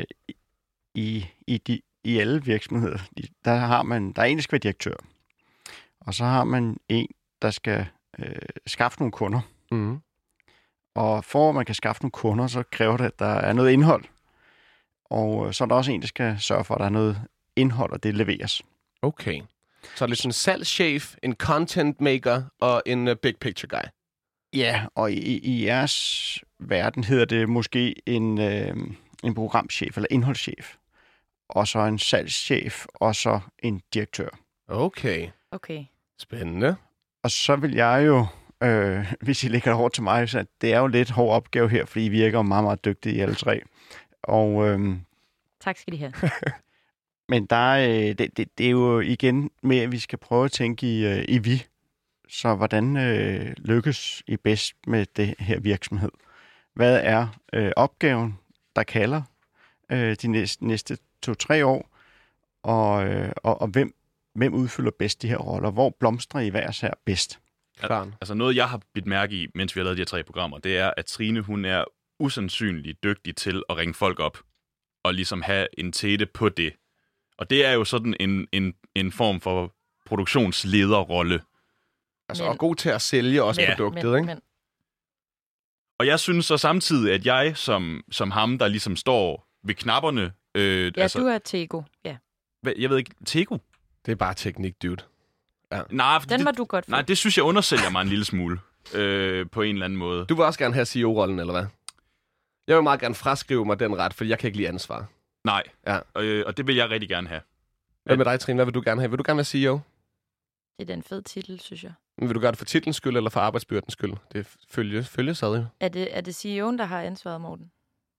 i alle virksomheder, der er en, der skal være direktør. Og så har man en, der skal skaffe nogle kunder. Mm. Og for at man kan skaffe nogle kunder, så kræver det, at der er noget indhold. Og så er der også en, der skal sørge for, at der er noget indhold, og det leveres. Okay. Så er det sådan en salgschef, en content maker og en big picture guy. Ja, og i jeres verden hedder det måske en programchef eller indholdschef. Og så en salgschef, og så en direktør. Okay. Okay. Spændende. Og så vil jeg jo, hvis I lægger det hårdt til mig, så det er jo lidt hård opgave her, fordi I virker meget, meget dygtige i alle tre. Og, Tak skal de have. men det er jo igen med, at vi skal prøve at tænke i vi. Så hvordan lykkes I bedst med det her virksomhed? Hvad er opgaven, der kalder de næste 2-3 år? Og hvem udfylder bedst de her roller? Hvor blomstrer I hver her bedst? Altså noget, jeg har bidt mærke i, mens vi har lavet de her 3 programmer, det er, at Trine, hun er usandsynligt dygtig til at ringe folk op og ligesom have en tætte på det. Og det er jo sådan en form for produktionslederrolle. Altså, og god til at sælge også produktet, ikke? Men, Og jeg synes så samtidig, at jeg som ham, der ligesom står ved knapperne... du er Tego. Ja. Jeg ved ikke, Tego? Det er bare teknik, dude. Ja. Nej, Den var du godt for. Nej, det synes jeg undersælger mig en lille smule. På en eller anden måde. Du vil også gerne have CEO-rollen, eller hvad? Jeg vil meget gerne fraskrive mig den ret, fordi jeg kan ikke lide ansvar. Nej, Ja. Og det vil jeg rigtig gerne have. Hvad med dig, Trine? Hvad vil du gerne have? Vil du gerne være CEO? Det er den fed titel, synes jeg. Men vil du gøre det for titlens skyld, eller for arbejdsbyrdens skyld? Det følges ad, jo. Er det CEO'en, der har ansvaret, Morten?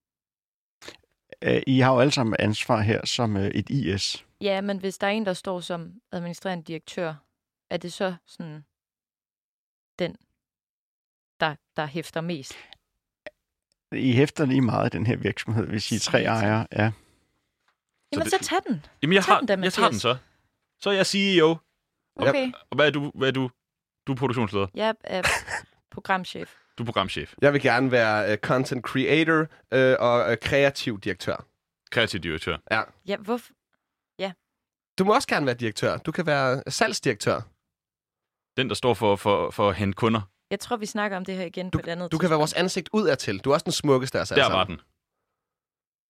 I har jo alle sammen ansvar her som et IS. Ja, men hvis der er en, der står som administrerende direktør, er det så sådan den, der hæfter mest? I hæfter lige meget af den her virksomhed, hvis I er 3 ejere. Ja. Jamen, så tag den. Jamen, jeg tager den Mathias. så. Så er jeg CEO. Okay. Og hvad er du? Du er produktionsleder. Jeg er programchef. Du er programchef. Jeg vil gerne være content creator og kreativ direktør. Kreativ direktør. Ja. Ja, hvorfor? Du må også gerne være direktør. Du kan være salgsdirektør. Den, der står for at hente kunder. Jeg tror, vi snakker om det her igen på et andet Du kan være vores ansigt udadtil. Du er også den smukkeste af os alle Der var sammen. den.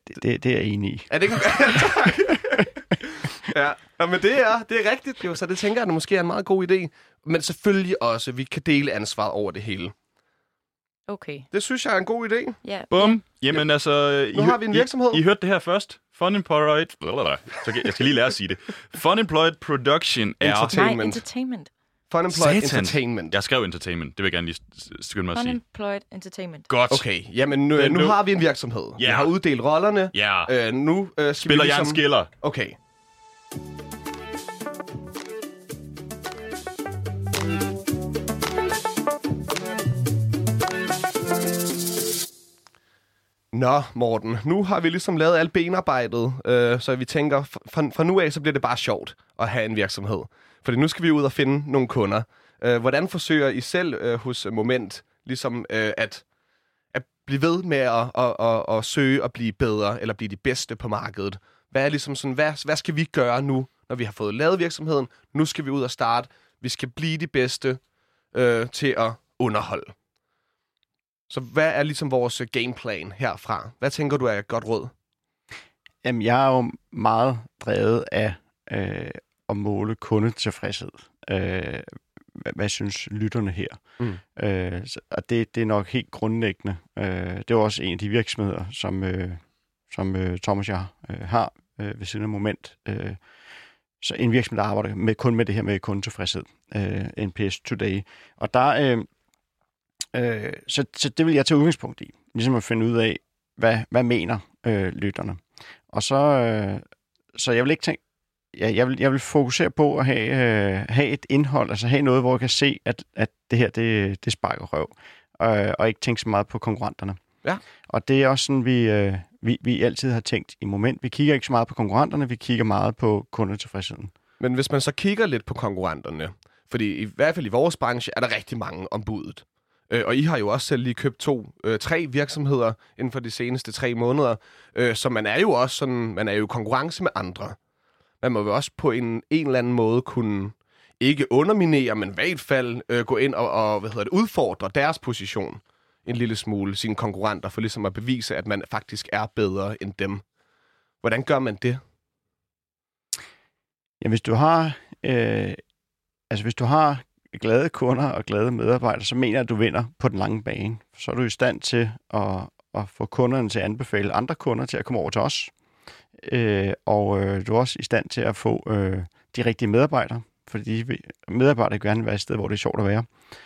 Det er jeg enig i. Er det ikke? Ja, men det er rigtigt jo, så det tænker jeg, at måske er en meget god idé. Men selvfølgelig også, at vi kan dele ansvaret over det hele. Okay. Det synes jeg er en god idé. Ja. Bum. Jamen altså... Nu har vi en virksomhed. I hørte det her først. Funemployed... Jeg skal lige lære at sige det. Funemployed Production er... Entertainment. Entertainment. Funemployed Satans. Entertainment. Jeg skrev entertainment. Det vil jeg gerne lige skynde mig at sige. Unemployed Entertainment. Godt. Okay, jamen nu har vi en virksomhed. Ja. Vi har uddelt rollerne. Ja. Nu skal Spiller vi jeg en skiller? Okay. Nå, Morten, nu har vi ligesom lavet alt benarbejdet, så vi tænker, fra nu af, så bliver det bare sjovt at have en virksomhed. Fordi nu skal vi ud og finde nogle kunder. Hvordan forsøger I selv hos Moment ligesom at blive ved med at søge at blive bedre, eller blive de bedste på markedet? Hvad er ligesom sådan, hvad skal vi gøre nu, når vi har fået lavet virksomheden? Nu skal vi ud og starte. Vi skal blive de bedste til at underholde. Så hvad er ligesom vores gameplan herfra? Hvad tænker du er et godt råd? Jamen, jeg er jo meget drevet af at måle kundetilfredshed. Hvad synes lytterne her? Og det er nok helt grundlæggende. Det er også en af de virksomheder, som Thomas og jeg har ved siden af Moment. Så en virksomhed, der arbejder kun med det her med kundetilfredshed. NPS Today. Og der... Så det vil jeg tage udgangspunkt i. Ligesom at finde ud af, hvad mener lytterne. Og så jeg vil ikke tænke... Jeg vil fokusere på at have et indhold, altså have noget, hvor jeg kan se, at det her, det sparker røv. Og ikke tænke så meget på konkurrenterne. Ja. Og det er også sådan, vi altid har tænkt i Moment. Vi kigger ikke så meget på konkurrenterne, vi kigger meget på kundetilfredsheden. Men hvis man så kigger lidt på konkurrenterne, fordi i hvert fald i vores branche er der rigtig mange om budet. Og I har jo også selv lige købt 3 virksomheder inden for de seneste 3 måneder. Så man er jo også sådan, man er jo i konkurrence med andre. Man må jo også på en eller anden måde kunne ikke underminere, men i hvert fald gå ind og udfordre deres position en lille smule, sine konkurrenter, for ligesom at bevise, at man faktisk er bedre end dem. Hvordan gør man det? Ja, hvis du har glade kunder og glade medarbejdere, så mener jeg, at du vinder på den lange bane. Så er du i stand til at få kunderne til at anbefale andre kunder til at komme over til os. Og du er også i stand til at få de rigtige medarbejdere, fordi medarbejdere gerne vil være et sted, hvor det er sjovt at være.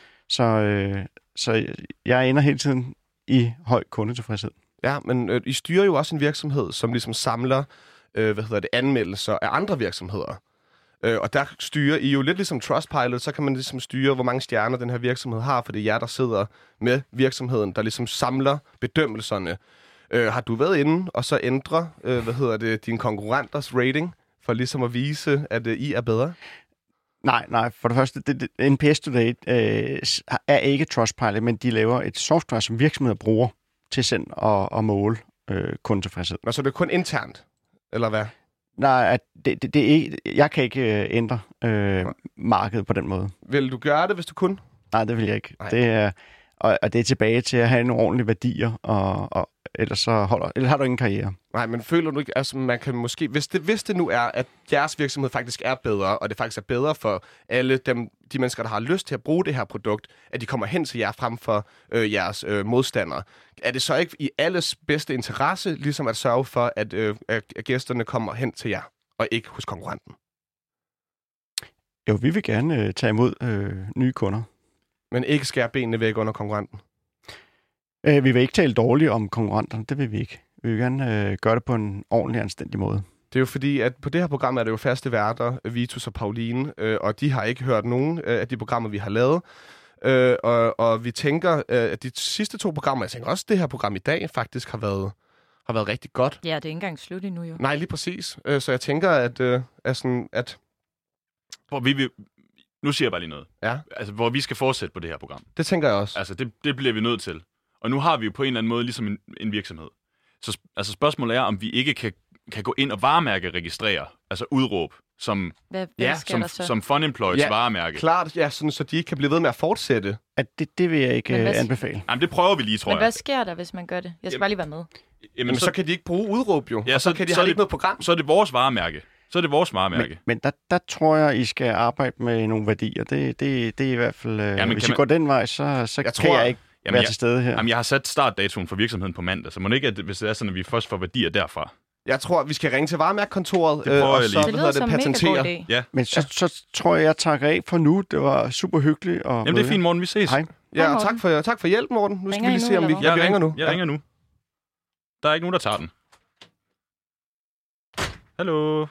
Så jeg ender hele tiden i høj kundetilfredshed. Ja, men I styrer jo også en virksomhed, som ligesom samler anmeldelser af andre virksomheder. Og der styrer I jo lidt ligesom Trustpilot, så kan man ligesom styre, hvor mange stjerner den her virksomhed har, for det er jer, der sidder med virksomheden, der ligesom samler bedømmelserne. Har du været inde og så ændre, dine konkurrenters rating, for ligesom at vise, at I er bedre? Nej. For det første, NPS Today er ikke Trustpilot, men de laver et software, som virksomheder bruger til selv at måle kundetilfredshed. Og så er det kun internt, eller hvad? Nej, det er ikke, jeg kan ikke ændre markedet på den måde. Vil du gøre det, hvis du kunne? Nej, det vil jeg ikke. Nej. Det er, og det er tilbage til at have nogle ordentlige værdier, og ellers har du ingen karriere. Nej, men føler du ikke, altså man kan måske, hvis det nu er, at jeres virksomhed faktisk er bedre, og det faktisk er bedre for alle de mennesker, der har lyst til at bruge det her produkt, at de kommer hen til jer frem for jeres modstandere. Er det så ikke i alles bedste interesse, ligesom at sørge for, at gæsterne kommer hen til jer, og ikke hos konkurrenten? Jo, vi vil gerne tage imod nye kunder. Men ikke skære benene væk under konkurrenten? Vi vil ikke tale dårligt om konkurrenterne, det vil vi ikke. Vi vil gerne gøre det på en ordentlig, anstændig måde. Det er jo fordi, at på det her program er det jo faste værter, Vitus og Pauline, og de har ikke hørt nogen af de programmer, vi har lavet. Og vi tænker, at de sidste 2 programmer, jeg tænker også, det her program i dag faktisk har været rigtig godt. Ja, det er ikke engang slut endnu jo. Nej, lige præcis. Så jeg tænker, at Nu siger jeg bare lige noget. Ja. Altså, hvor vi skal fortsætte på det her program. Det tænker jeg også. Altså, det bliver vi nødt til. Og nu har vi jo på en eller anden måde ligesom en virksomhed. Så spørgsmålet er, om vi ikke kan gå ind og varemærke registrere, altså udråb som, Hvad sker der så? som Fun Employees varemærke. Klart, ja, sådan, så de ikke kan blive ved med at fortsætte. At det vil jeg ikke anbefale. Jamen, det prøver vi lige, tror Men jeg. hvad sker der, hvis man gør det? Jeg skal bare lige være med. Jamen, så kan de ikke bruge udråb jo, Ja, og så kan de så have er ikke noget program. Så er det vores varemærke. Men der tror jeg, I skal arbejde med nogle værdier. Det er i hvert fald... hvis I går den vej, så kan jeg ikke være til stede her. Jamen, jeg har sat startdatoen for virksomheden på mandag, så må det ikke, at hvis det er sådan, at vi først får værdier derfra. Jeg tror, vi skal ringe til varemærkekontoret, Det prøver og jeg så lige. Det lyder som en mega god idé. Ja. Men så tror jeg takker af for nu. Det var super hyggeligt. Jamen, det er fint, Morten. Vi ses. Hej. Ja, og tak for hjælp, Morten. Nu skal Ringer vi I lige nu, se, om vi eller ringer nu. Jeg ringer nu. Der er ikke nogen, der tager den. Hallo?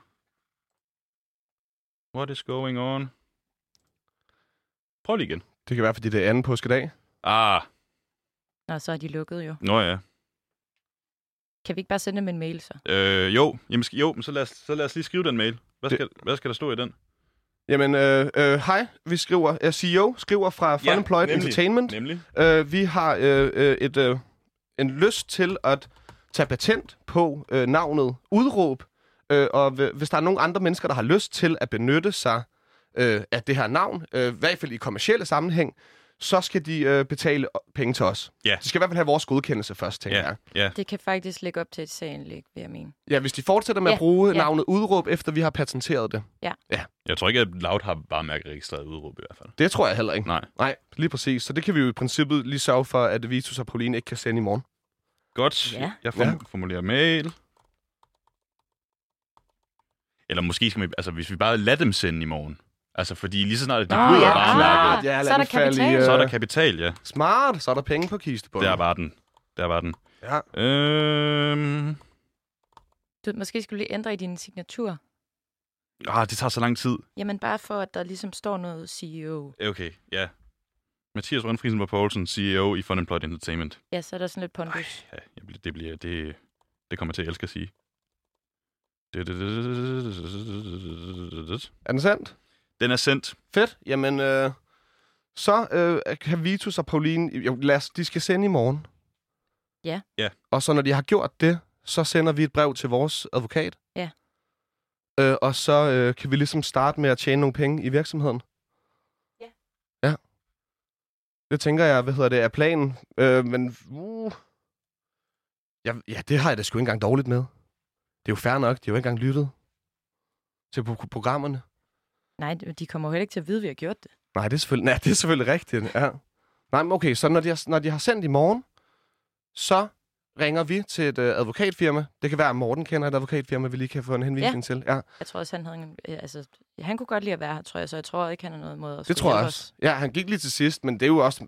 What is going on? Prøv lige igen. Det kan være, fordi det er anden påskedag. Nå, så er de lukket jo. Nå ja. Kan vi ikke bare sende dem en mail så? Men så lad os lige skrive den mail. Hvad skal der stå i den? Jamen, hej, vi skriver, CEO skriver fra Fun Employed Entertainment. Nemlig. Vi har en lyst til at tage patent på navnet Udråb, og hvis der er nogle andre mennesker, der har lyst til at benytte sig af det her navn, i hvert fald i kommercielle sammenhæng, så skal de betale penge til os. Ja. De skal i hvert fald have vores godkendelse først, tænker jeg. Ja. Det kan faktisk lægge op til et saganlæg, vil jeg mene. Ja, hvis de fortsætter med at bruge navnet Udråb, efter vi har patenteret det. Ja. Jeg tror ikke, at Loud har varemærkeregistreret Udråb i hvert fald. Det tror jeg heller ikke. Nej, lige præcis. Så det kan vi jo i princippet lige sørge for, at Vitus og Pauline ikke kan sende i morgen. Godt. Ja. Jeg formulerer mail. Eller måske skal vi, hvis vi bare lader dem sende i morgen. Altså, fordi lige så snart de bryder varemærket, så er der kapital. så er der kapital, ja. Smart, så er der penge på kistebunden. Der var den. Ja. Måske skulle du lige ændre i din signatur. Det tager så lang tid. Jamen bare for, at der ligesom står noget CEO. Okay, ja. Mathias Rønfrisen på Poulsen, CEO i Fun Employed Entertainment. Ja, så er der sådan lidt pondus. Det kommer jeg til at elske at sige. Er den sendt? Den er sendt. Fedt. Jamen, så kan Vitus og Pauline... de skal sende i morgen. Ja. Og så når de har gjort det, så sender vi et brev til vores advokat. Ja. Og så kan vi ligesom starte med at tjene nogle penge i virksomheden. Ja. Ja. Det tænker jeg, er planen. Men... Ja, det har jeg da sgu ikke engang dårligt med. Det er jo fair nok. De har jo ikke engang lyttet til programmerne. Nej, de kommer jo heller ikke til at vide, at vi har gjort det. Nej, det er selvfølgelig rigtigt, ja. Nej, men okay, så når de har sendt i morgen, så ringer vi til et advokatfirma. Det kan være, at Morten kender et advokatfirma, vi lige kan få en henvisning til. Ja. Jeg tror også, han kunne godt lide at være her, tror jeg, så jeg tror ikke, han har noget måde at det tror jeg også. Ja, han gik lige til sidst, men det er jo også...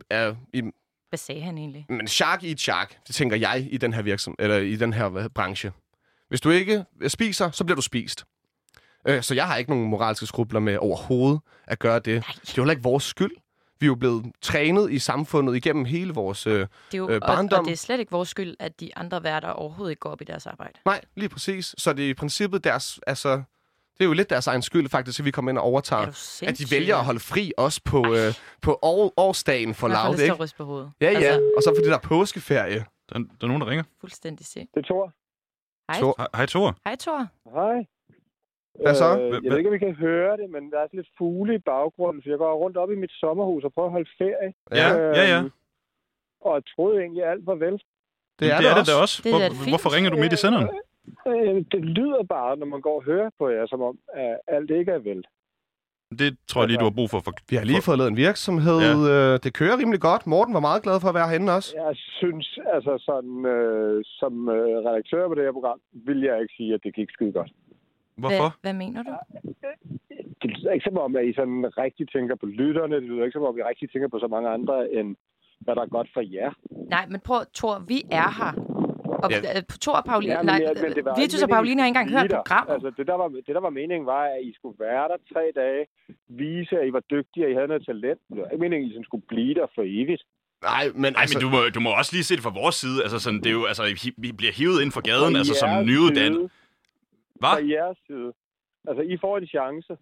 Hvad sagde han egentlig? Men shark eat shark, det tænker jeg i den her virksomhed, eller i den her branche. Hvis du ikke spiser, så bliver du spist. Så jeg har ikke nogen moralske skrubler med overhovedet at gøre det. Nej. Det er jo heller ikke vores skyld. Vi er jo blevet trænet i samfundet igennem hele vores barndom. Og det er slet ikke vores skyld, at de andre værter overhovedet ikke går op i deres arbejde. Nej, lige præcis. Så det er i princippet deres... Altså, det er jo lidt deres egen skyld faktisk, at vi kommer ind og overtager. At de vælger at holde fri også på årsdagen for Loud, ikke? Jeg på hovedet. Ja, og så fordi der er påskeferie. Der er nogen, der ringer. Fuldstændig se. Det er Thor. Hej, Thor. Hej, Thor. Hej. Hvad så? Jeg ved ikke, om I kan høre det, men der er sådan lidt fugle i baggrunden, så jeg går rundt op i mit sommerhus og prøver at holde ferie. Ja. Og jeg troede egentlig, alt var vel. Det er det da også. Hvorfor ringer du midt i senderen? Det lyder bare, når man går og hører på jer, som om at alt ikke er vel. Det tror jeg lige, du har brug for. Vi har lige fået lavet en virksomhed. Ja. Det kører rimelig godt. Morten var meget glad for at være herinde også. Jeg synes, altså sådan, som redaktør på det her program, vil jeg ikke sige, at det gik skide godt. Hvorfor? Hvad mener du? Det lyder ikke som om, at I sådan rigtig tænker på lytterne. Det lyder ikke som om, I rigtig tænker på så mange andre, end hvad der er godt for jer. Nej, men prøv, Thor, vi er her. Og Thor og Pauline... Vitus og Pauline har ikke engang hørt programmet. Altså, det, der var meningen, var, at I skulle være der 3 dage, vise, at I var dygtige, og I havde noget talent. Det var ikke meningen, at I skulle blive der for evigt. Nej, men du må også lige se det fra vores side. Altså, sådan, det er jo, altså, vi bliver hivet ind for gaden, altså, som nyuddannet. Hvad? Fra jeres side. Altså, I får en chance.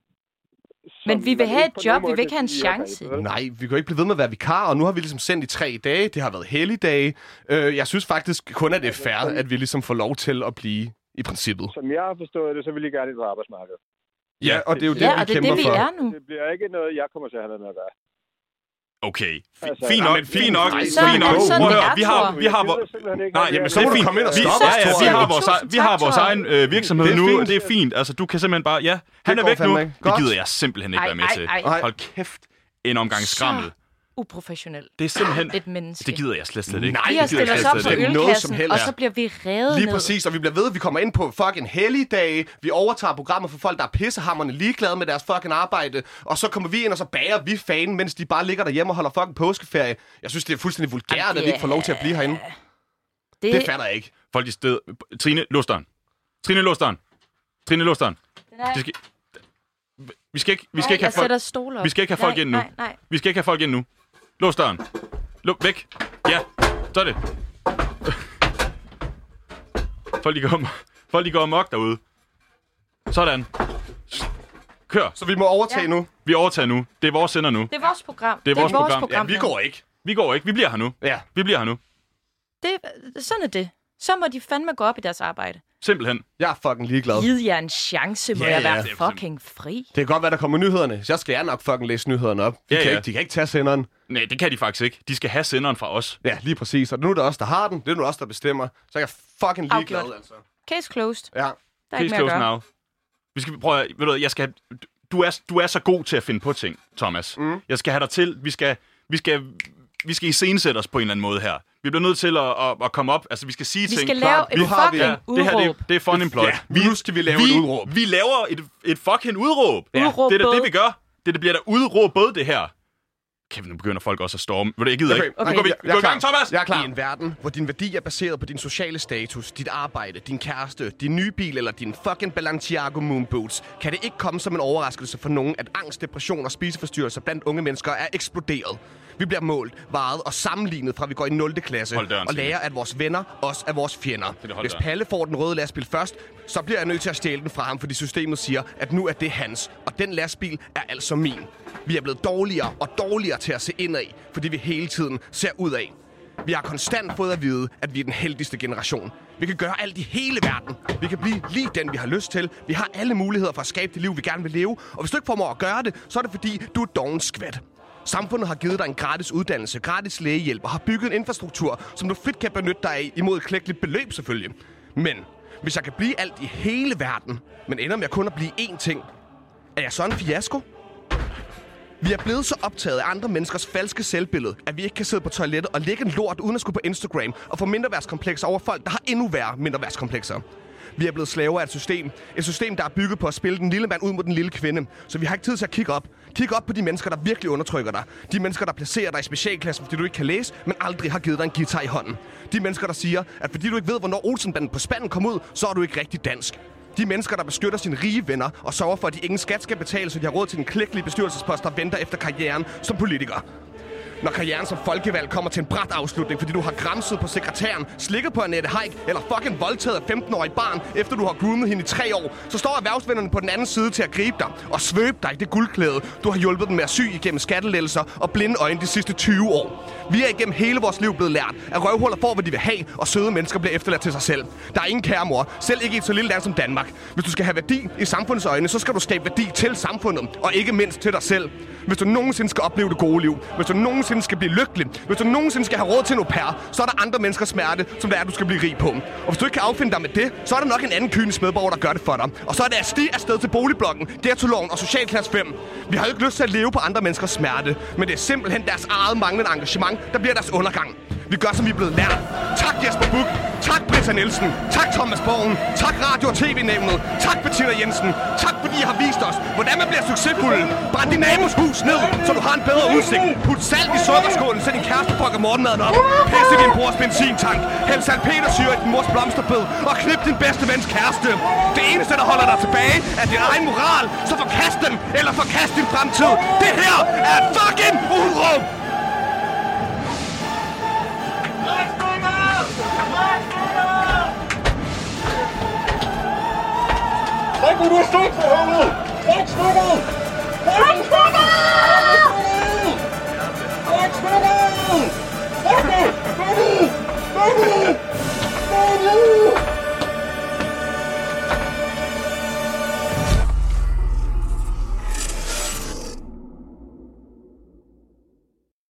Men vi vil have et job, vi vil ikke have en chance. Nej, vi kan jo ikke blive ved med at være vikar, og nu har vi ligesom sendt i 3 dage. Det har været helligdage. Jeg synes faktisk kun, at det er fair, at vi ligesom får lov til at blive i princippet. Som jeg har forstået det, så vil I gerne ind på arbejdsmarkedet. Ja, og det er jo det, Ja, vi og det er kæmper det, vi for. er nu. Det bliver ikke noget, jeg kommer til at have noget med at gøre. Okay, Altså, fint nej, nok, men fint nok, nej, så er fint det nok. sådan, Prøv at det høre, er, vi har, Thor. vi har, Jeg gider simpelthen ikke nej, have jamen, det så er her. det fint. komme ind og Vi, stoppe os, ja, Thor. vi har Tusind vores tak, egen Det virksomhed er nu, fint. og det er fint. Altså, du kan simpelthen bare, ja, han er går væk nu. fandme ikke. Det Godt. gider jeg simpelthen ikke være med til. Ej. Hold kæft, en omgang skrammel. Uprofessionel. Det er simpelthen, Et menneske. det gider jeg slet ikke. Nej, Vi har det gider jeg stillet os op slet på ikke. Noget som ølkassen, helst. og så bliver vi revet Lige ned. præcis, og vi bliver ved, vi kommer ind på fucking helligdage, vi overtager programmer for folk, der er pissehamrende ligeglade med deres fucking arbejde, og så kommer vi ind, og så bager vi fanen, mens de bare ligger derhjemme og holder fucking påskeferie. Jeg synes, det er fuldstændig vulgært, at vi ikke får lov til at blive herinde. Det fatter jeg ikke. Folk i sted. Trine, lås døren. Trine, lås døren. Trine, lås døren. Vi skal ikke have folk. Vi skal ikke have folk ind nu. Nej. Vi skal ikke have folk ind nu. Lås døren. Væk. Ja, så er det. Folk de går amok derude. Sådan. Kør. Så vi må overtage nu. Vi overtager nu. Det er vores sender nu. Det er vores program. Det er vores program. Ja, vi går ikke. Vi går ikke. Vi bliver her nu. Ja. Vi bliver her nu. Sådan er det. Så må de fandme gå op i deres arbejde. Simpelthen. Jeg er fucking ligeglad. Giv jer en chance, må jeg være fucking fri. Det kan godt være, der kommer nyhederne. Så jeg skal nok fucking læse nyhederne op. De kan ikke tage senderen. Nej, det kan de faktisk ikke. De skal have senderen fra os. Ja, lige præcis. Og nu er det os, der har den. Det er nu os, der bestemmer. Så er jeg fucking ligeglad, Afgjort. altså. Case closed. Ja. Der er ikke Please mere at close gøre. now. Vi skal prøve at, ved du, jeg skal du er så god til at finde på ting, Thomas. Jeg skal have dig til. Vi skal iscenesætte os på en eller anden måde her. Vi bliver nødt til at komme op. Altså, vi skal sige Vi ting. skal lave et fucking udråb. Det her, det er fun employed. Ja, nu skal vi lave et udråb. Vi laver et fucking udråb. Udråb Det er da det, både. vi gør. Det bliver der udråb både det her. Kæft, nu begynder folk også at storme. Ved du, jeg gider ikke. Okay. Nu går vi i gang, Thomas! Jeg er klar. I en verden, hvor din værdi er baseret på din sociale status, dit arbejde, din kæreste, din nye bil eller din fucking Balenciaga Moonboots, kan det ikke komme som en overraskelse for nogen, at angst, depression og spiseforstyrrelser blandt unge mennesker er eksploderet. Vi bliver målt, vejet og sammenlignet fra vi går i 0. klasse og lærer, at vores venner også er vores fjender. Hvis Palle får den røde lastbil først, så bliver jeg nødt til at stjæle den fra ham, fordi systemet siger, at nu er det hans, og den lastbil er altså min. Vi er blevet dårligere og dårligere til at se indad, fordi vi hele tiden ser udad. Vi har konstant fået at vide, at vi er den heldigste generation. Vi kan gøre alt i hele verden. Vi kan blive lige den, vi har lyst til. Vi har alle muligheder for at skabe det liv, vi gerne vil leve. Og hvis du ikke formår at gøre det, så er det fordi, du er doven skvat. Samfundet har givet dig en gratis uddannelse, gratis lægehjælp og har bygget en infrastruktur, som du frit kan benytte dig af imod et klækkeligt beløb selvfølgelig. Men hvis jeg kan blive alt i hele verden, men ender med kun at blive én ting, er jeg så en fiasko? Vi er blevet så optaget af andre menneskers falske selvbillede, at vi ikke kan sidde på toilettet og lægge en lort uden at skulle på Instagram og få mindreværdskomplekser over folk, der har endnu værre mindreværdskomplekser. Vi er blevet slaver af et system. Et system, der er bygget på at spille den lille mand ud mod den lille kvinde. Så vi har ikke tid til at kigge op. Kig op på de mennesker, der virkelig undertrykker dig. De mennesker, der placerer dig i specialklassen, fordi du ikke kan læse, men aldrig har givet dig en guitar i hånden. De mennesker, der siger, at fordi du ikke ved, hvornår Olsenbanden på spanden kom ud, så er du ikke rigtig dansk. De mennesker, der beskytter sine rige venner og sørger for, at de ingen skat skal betale, så de har råd til den klækkelige bestyrelsespost, der venter efter karrieren som politiker. Når karrieren som folkevalg kommer til en brat afslutning, fordi du har gramset på sekretæren, slikket på Annette Haik eller fucking voldtaget af 15-årig barn, efter du har groomet hende i 3 år, så står erhvervsvennerne på den anden side til at gribe dig og svøbe dig i det guldklæde, du har hjulpet dem med at sy igennem skattelettelser og blinde øjne de sidste 20 år. Vi er igennem hele vores liv blevet lært, at røvhuller får, hvad de vil have, og søde mennesker bliver efterladt til sig selv. Der er ingen kære mor, selv ikke i et så lille land som Danmark. Hvis du skal have værdi i samfundets øjne, så skal du skabe værdi til samfundet, og ikke mindst til dig selv. Hvis du nogensinde skal opleve det gode liv, hvis du nogensinde skal blive lykkelig, hvis du nogensinde skal have råd til en au pair, så er der andre menneskers smerte, som det er, du skal blive rig på. Og hvis du ikke kan affinde dig med det, så er der nok en anden kynisk medborger, der gør det for dig. Og så er det at stige afsted til boligblokken, ghettoloven og socialklasse 5. Vi har jo ikke lyst til at leve på andre menneskers smerte, men det er simpelthen deres eget manglende engagement, der bliver deres undergang. Vi gør, som vi er blevet lært. Tak Jesper Buch. Tak Britta Nielsen. Tak Thomas Borgen. Tak Radio- og TV-nævnet. Tak Bettina Jensen. Tak fordi I har vist os, hvordan man bliver succesfuld. Brænd Dynamos hus ned, så du har en bedre udsigt. Put salt i sukkerskålen, så din kæreste fucker morgenmaden op. Pisse din brors benzintank. Hæld salpetersyre i din mors blomsterbed. Og knip din bedste vens kæreste. Det eneste, der holder dig tilbage, er din egen moral. Så forkast den, eller forkast din fremtid. Det her er et fucking udråb. Hvad kunne du stå for helvede? Træk stikket! Træk stikket! Træk stikket! Træk stikket!